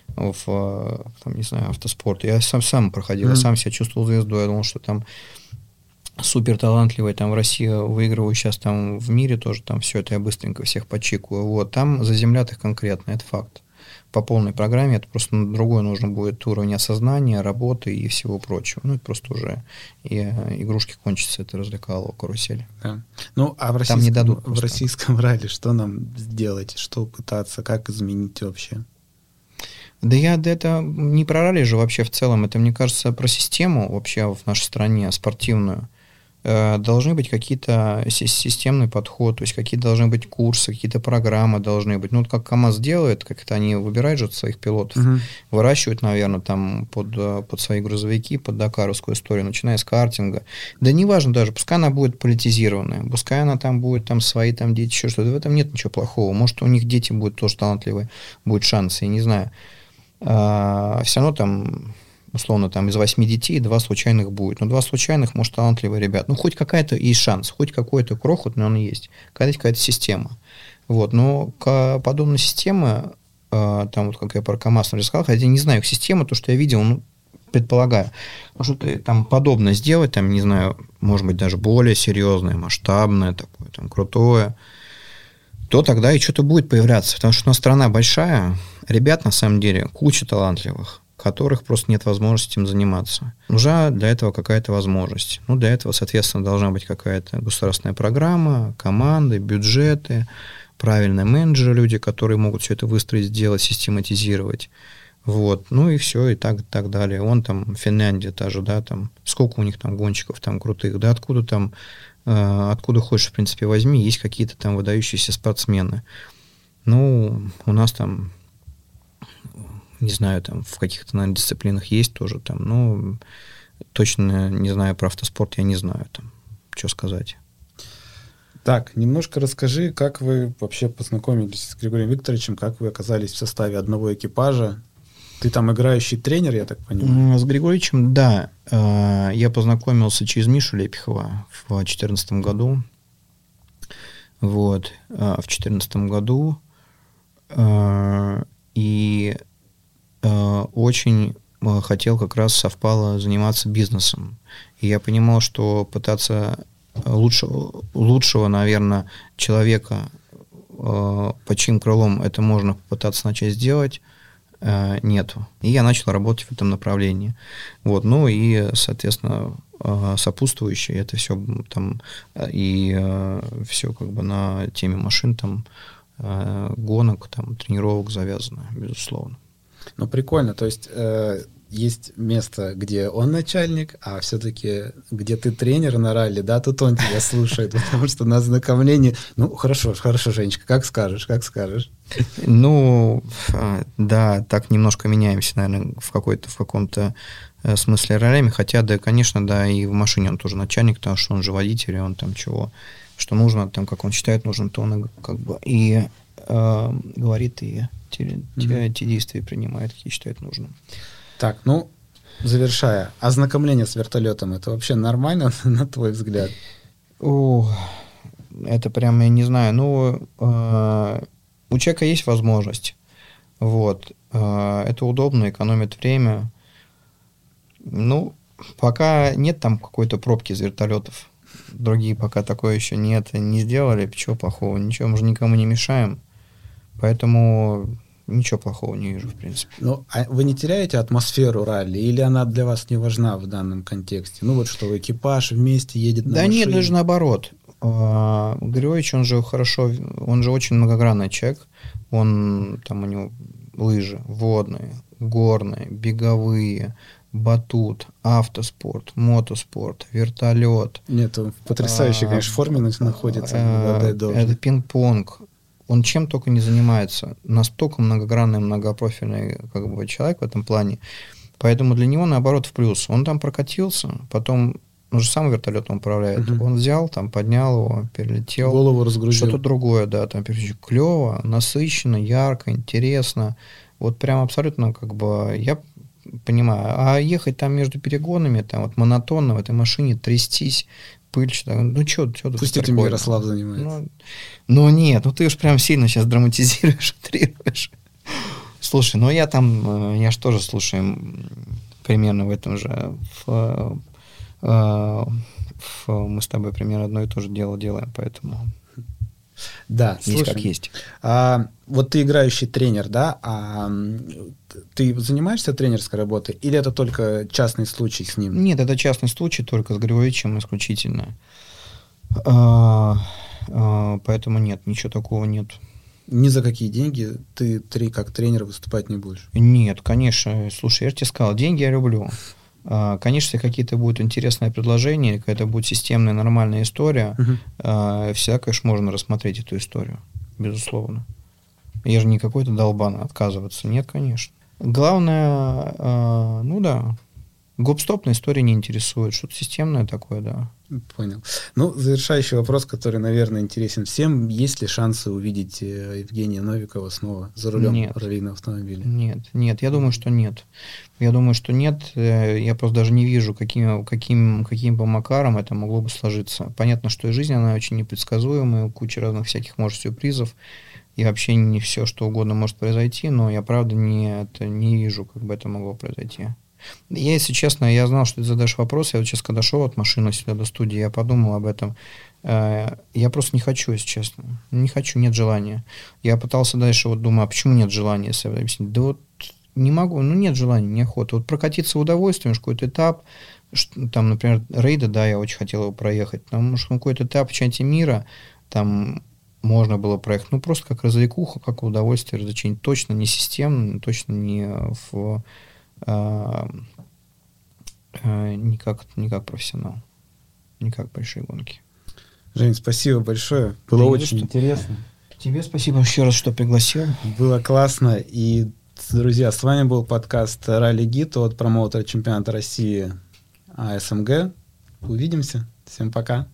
в, там, не знаю, автоспорт. Я сам, сам проходил, mm-hmm. я сам себя чувствовал звездой, я думал, что там супер талантливый, там в России выигрываю сейчас там в мире тоже, там все это я быстренько всех почикаю. Вот, там заземлят их конкретно, это факт. По полной программе, это просто на другой нужно будет уровень осознания, работы и всего прочего. Ну, это просто уже и, игрушки кончатся, это развлекало карусель. Да. Ну, а в российском, не дадут в российском ралли что нам сделать, что пытаться, как изменить вообще? Да я да это не про ралли же вообще в целом, это, мне кажется, про систему вообще в нашей стране спортивную. Должны быть какие-то системный подход, то есть какие-то должны быть курсы, какие-то программы должны быть. Ну, вот как КамАЗ делает, как это они выбирают же своих пилотов, uh-huh. выращивают, наверное, там под, под свои грузовики, под дакаровскую историю, начиная с картинга. Да неважно даже, пускай она будет политизированная, пускай она там будет, там свои там дети, еще что-то, в этом нет ничего плохого. Может, у них дети будут тоже талантливые, будет шанс, я не знаю. А, все равно там... условно, там из восьми детей два случайных будет. Но два случайных, может, талантливые ребята. Ну, хоть какая-то есть шанс, хоть какой-то крохотный он есть. Какая-то, какая-то система. Вот. Но к подобной системе, э, там вот как я про КамАЗ рассказал, хотя я не знаю их систему, то, что я видел, ну, предполагаю, ну, что-то там подобное сделать, там, не знаю, может быть, даже более серьезное, масштабное, такое, там, крутое, то тогда и что-то будет появляться. Потому что у нас страна большая, ребят, на самом деле, куча талантливых, которых просто нет возможности им заниматься. Нужна для этого какая-то возможность. Ну, для этого, соответственно, должна быть какая-то государственная программа, команды, бюджеты, правильные менеджеры, люди, которые могут все это выстроить, сделать, систематизировать. Вот. Ну и все, и так, и так далее. Вон там Финляндия та же, да, там, сколько у них там гонщиков там крутых, да, откуда там, э, откуда хочешь, в принципе, возьми, есть какие-то там выдающиеся спортсмены. Ну, у нас там не знаю, там в каких-то, наверное, дисциплинах есть тоже там, но точно не знаю про автоспорт, я не знаю там, что сказать. Так, немножко расскажи, как вы вообще познакомились с Григорием Викторовичем, как вы оказались в составе одного экипажа. Ты там играющий тренер, я так понимаю? С Григорьевичем, да. Я познакомился через Мишу Лепихова в две тысячи четырнадцатом году. Вот. В две тысячи четырнадцатом году. И очень хотел, как раз совпало, заниматься бизнесом. И я понимал, что пытаться лучшего, лучшего, наверное, человека, под чьим крылом это можно попытаться начать сделать, нету. И я начал работать в этом направлении. Вот. Ну и, соответственно, сопутствующие, это все там, и все как бы на теме машин, там, гонок, там, тренировок завязано, безусловно. Ну, прикольно. То есть, э, есть место, где он начальник, а все-таки где ты тренер на ралли, да, тут он тебя слушает, потому что на ознакомлении... Ну, хорошо, хорошо, Женечка, как скажешь, как скажешь. Ну, да, так немножко меняемся, наверное, в, какой-то, в каком-то смысле ролями, хотя, да, конечно, да, и в машине он тоже начальник, потому что он же водитель, и он там чего, что нужно, там, как он считает нужно, то он как бы и э, говорит, и те, те, те действия принимает, какие считает нужным. Так, ну, завершая, ознакомление с вертолетом, это вообще нормально, на твой взгляд? О, это прям, я не знаю, ну, э, у человека есть возможность, вот, э, это удобно, экономит время. Ну, пока нет там какой-то пробки из вертолетов. Другие пока такое еще нет, не сделали. Чего плохого? Ничего, мы же никому не мешаем. Поэтому ничего плохого не вижу, в принципе. Ну, а вы не теряете атмосферу ралли? Или она для вас не важна в данном контексте? Ну, вот что экипаж вместе едет на да машине. Да нет, даже наоборот. Григорьевич, он же хорошо, он же очень многогранный человек. Он, там у него лыжи водные, горные, беговые, батут, автоспорт, мотоспорт, вертолет. Нет, он в потрясающей, конечно, форме находится. Это пинг-понг. Он чем только не занимается. Настолько многогранный, многопрофильный как бы, человек в этом плане. Поэтому для него, наоборот, в плюс. Он там прокатился, потом, он же сам вертолетом управляет. Uh-huh. Он взял, там, поднял его, перелетел. Голову разгрузил. Что-то другое, да. Там клево, насыщенно, ярко, интересно. Вот прям абсолютно как бы... Я понимаю. А ехать там между перегонами, там вот монотонно в этой машине трястись, пыль, что ну что, что тут пусть этим Ярослав занимается. Ну, ну нет, ну ты уж прям сильно сейчас драматизируешь, утрируешь. Слушай, ну я там, я же тоже слушаю примерно в этом же, в, в, мы с тобой примерно одно и то же дело делаем, поэтому... Да, есть слушай, как есть. А, вот ты играющий тренер, да? А ты занимаешься тренерской работой или это только частный случай с ним? Нет, это частный случай только с Григорьевичем исключительно. А, а, поэтому нет, ничего такого нет. Ни за какие деньги ты три как тренер выступать не будешь? Нет, конечно. Слушай, я же тебе сказал, деньги я люблю. Конечно, если какие-то будут интересные предложения, какая-то будет системная, нормальная история, uh-huh. всегда, конечно, можно рассмотреть эту историю, безусловно. Я же не какой-то долбан отказываться. Нет, конечно. Главное, ну да, гоп-стопная история не интересует. Что-то системное такое, да. Понял. Ну, завершающий вопрос, который, наверное, интересен всем. Есть ли шансы увидеть Евгения Новикова снова за рулем нет. раллийного автомобиля? Нет, нет, я думаю, что нет. Я думаю, что нет. Я просто даже не вижу, каким, каким, каким бы макаром это могло бы сложиться. Понятно, что и жизнь, она очень непредсказуемая, куча разных всяких, может, сюрпризов, и вообще не все, что угодно может произойти, но я, правда, не, это, не вижу, как бы это могло произойти. Я, если честно, я знал, что ты задашь вопрос. Я вот сейчас, когда шел от машины сюда до студии, я подумал об этом. Я просто не хочу, если честно. Не хочу, нет желания. Я пытался дальше, вот думаю, а почему нет желания, если объяснить? Да вот не могу, ну нет желания, неохота. Вот прокатиться в удовольствие, какой-то этап, там, например, рейды, да, я очень хотел его проехать. Там, может, какой-то этап в чемпионате мира, там можно было проехать. Ну, просто как развлекуха, как удовольствие, развлечение. Точно не системно, точно не в... А, а, не, как, не как профессионал, не как большие гонки. Жень, спасибо большое. Было да очень интересно. Тебе спасибо еще раз, что пригласил. Было классно. И, друзья, с вами был подкаст Ралли Гид от промоутера чемпионата России эй эс эм гэ. Увидимся. Всем пока.